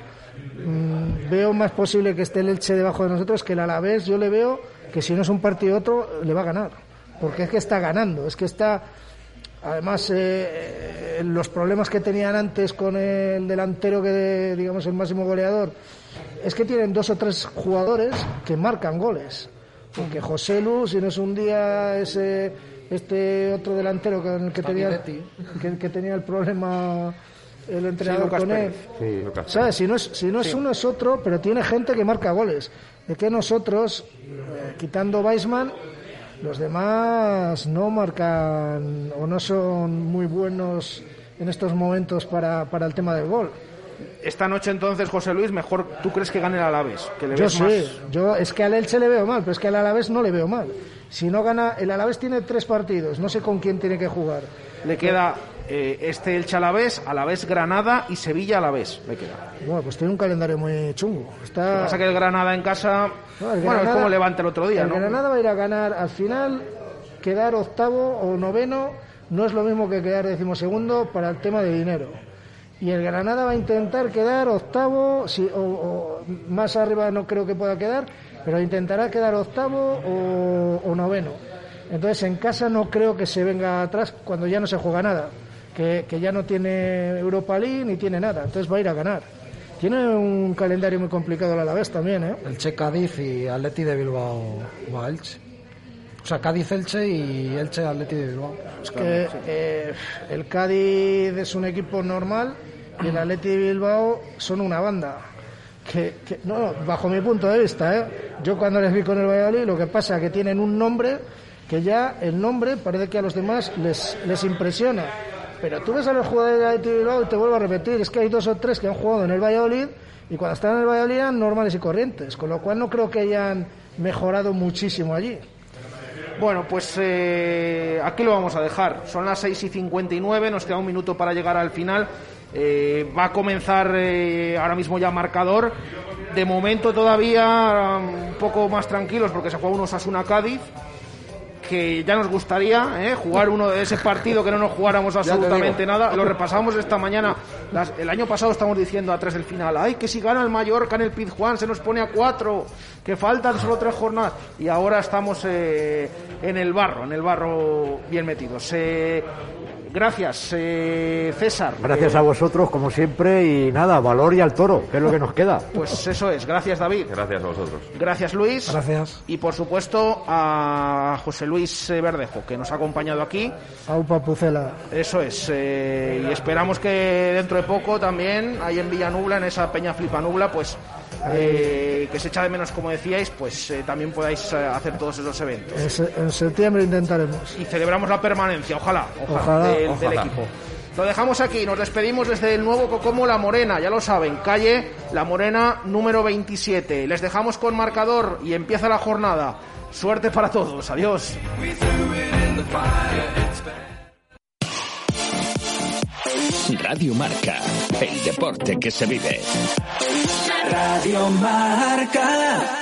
Speaker 6: veo más posible que esté el Elche debajo de nosotros que el Alavés. Yo le veo que si no es un partido otro, le va a ganar. Porque es que está ganando, es que está... Además, los problemas que tenían antes con el delantero, que digamos el máximo goleador, es que tienen 2 o 3 jugadores que marcan goles. Porque José Lu, si no es un día este otro delantero con el que tenía el problema el entrenador con él. Sí. ¿Sabes? Si no es uno es otro, pero tiene gente que marca goles. De que nosotros, quitando Weissman, los demás no marcan o no son muy buenos en estos momentos para el tema del gol.
Speaker 5: Esta noche entonces, José Luis, mejor tú crees que gane el Alavés.
Speaker 6: Yo es que al Elche le veo mal, pero es que al Alavés no le veo mal. Si no gana, el Alavés tiene 3 partidos, no sé con quién tiene que jugar.
Speaker 5: Le queda este Elche Alavés Granada y Sevilla Alavés me queda.
Speaker 6: Bueno, pues tiene un calendario muy chungo.
Speaker 5: Lo que pasa que el Granada en casa, es como Levante el otro día, ¿no?
Speaker 6: El Granada va a ir a ganar, al final, quedar octavo o noveno no es lo mismo que quedar 12º para el tema de dinero. Y el Granada va a intentar quedar octavo, o más arriba no creo que pueda quedar, pero intentará quedar octavo o noveno. Entonces en casa no creo que se venga atrás cuando ya no se juega nada, que ya no tiene Europa League ni tiene nada, entonces va a ir a ganar. Tiene un calendario muy complicado el Alavés también, ¿eh?
Speaker 9: Elche, Cádiz y Atleti de Bilbao va a Elche. O sea, Cádiz, Elche y Elche, Atleti de Bilbao.
Speaker 6: Es que el Cádiz es un equipo normal y el Atleti de Bilbao son una banda. No, bajo mi punto de vista, ¿eh? Yo cuando les vi con el Valladolid, lo que pasa es que tienen un nombre que ya el nombre parece que a los demás les impresiona. Pero tú ves a los jugadores del Atleti de Bilbao y te vuelvo a repetir, es que hay 2 o 3 que han jugado en el Valladolid y cuando están en el Valladolid eran normales y corrientes, con lo cual no creo que hayan mejorado muchísimo allí.
Speaker 5: Bueno, pues aquí lo vamos a dejar. Son las 6:59, nos queda un minuto para llegar al final. Va a comenzar ahora mismo ya marcador. De momento todavía un poco más tranquilos porque se juega un Osasuna-Cádiz, que ya nos gustaría jugar uno de ese partido que no nos jugáramos absolutamente nada. Lo repasamos esta mañana. El año pasado estamos diciendo a 3 del final, ay, que si gana el Mallorca en el Pizjuán se nos pone a 4, que faltan solo 3 jornadas, y ahora estamos en el barro bien metidos. Gracias, César.
Speaker 8: Gracias a vosotros, como siempre, y nada, valor y al toro, que es lo que nos queda.
Speaker 5: Pues eso es, gracias David.
Speaker 7: Gracias a vosotros.
Speaker 5: Gracias Luis.
Speaker 9: Gracias.
Speaker 5: Y por supuesto a José Luis Verdejo, que nos ha acompañado aquí.
Speaker 6: Aupa Pucela.
Speaker 5: Eso es, y esperamos que dentro de poco también, ahí en Villanubla, en esa peña Flipanubla, pues que se echa de menos, como decíais, pues también podáis hacer todos esos eventos.
Speaker 6: En septiembre intentaremos.
Speaker 5: Y celebramos la permanencia, ojalá. Del equipo. Lo dejamos aquí, nos despedimos desde el nuevo Cocomo La Morena, ya lo saben, calle La Morena número 27. Les dejamos con marcador y empieza la jornada. Suerte para todos, adiós.
Speaker 1: Radio Marca, el deporte que se vive.
Speaker 10: Radio Marca.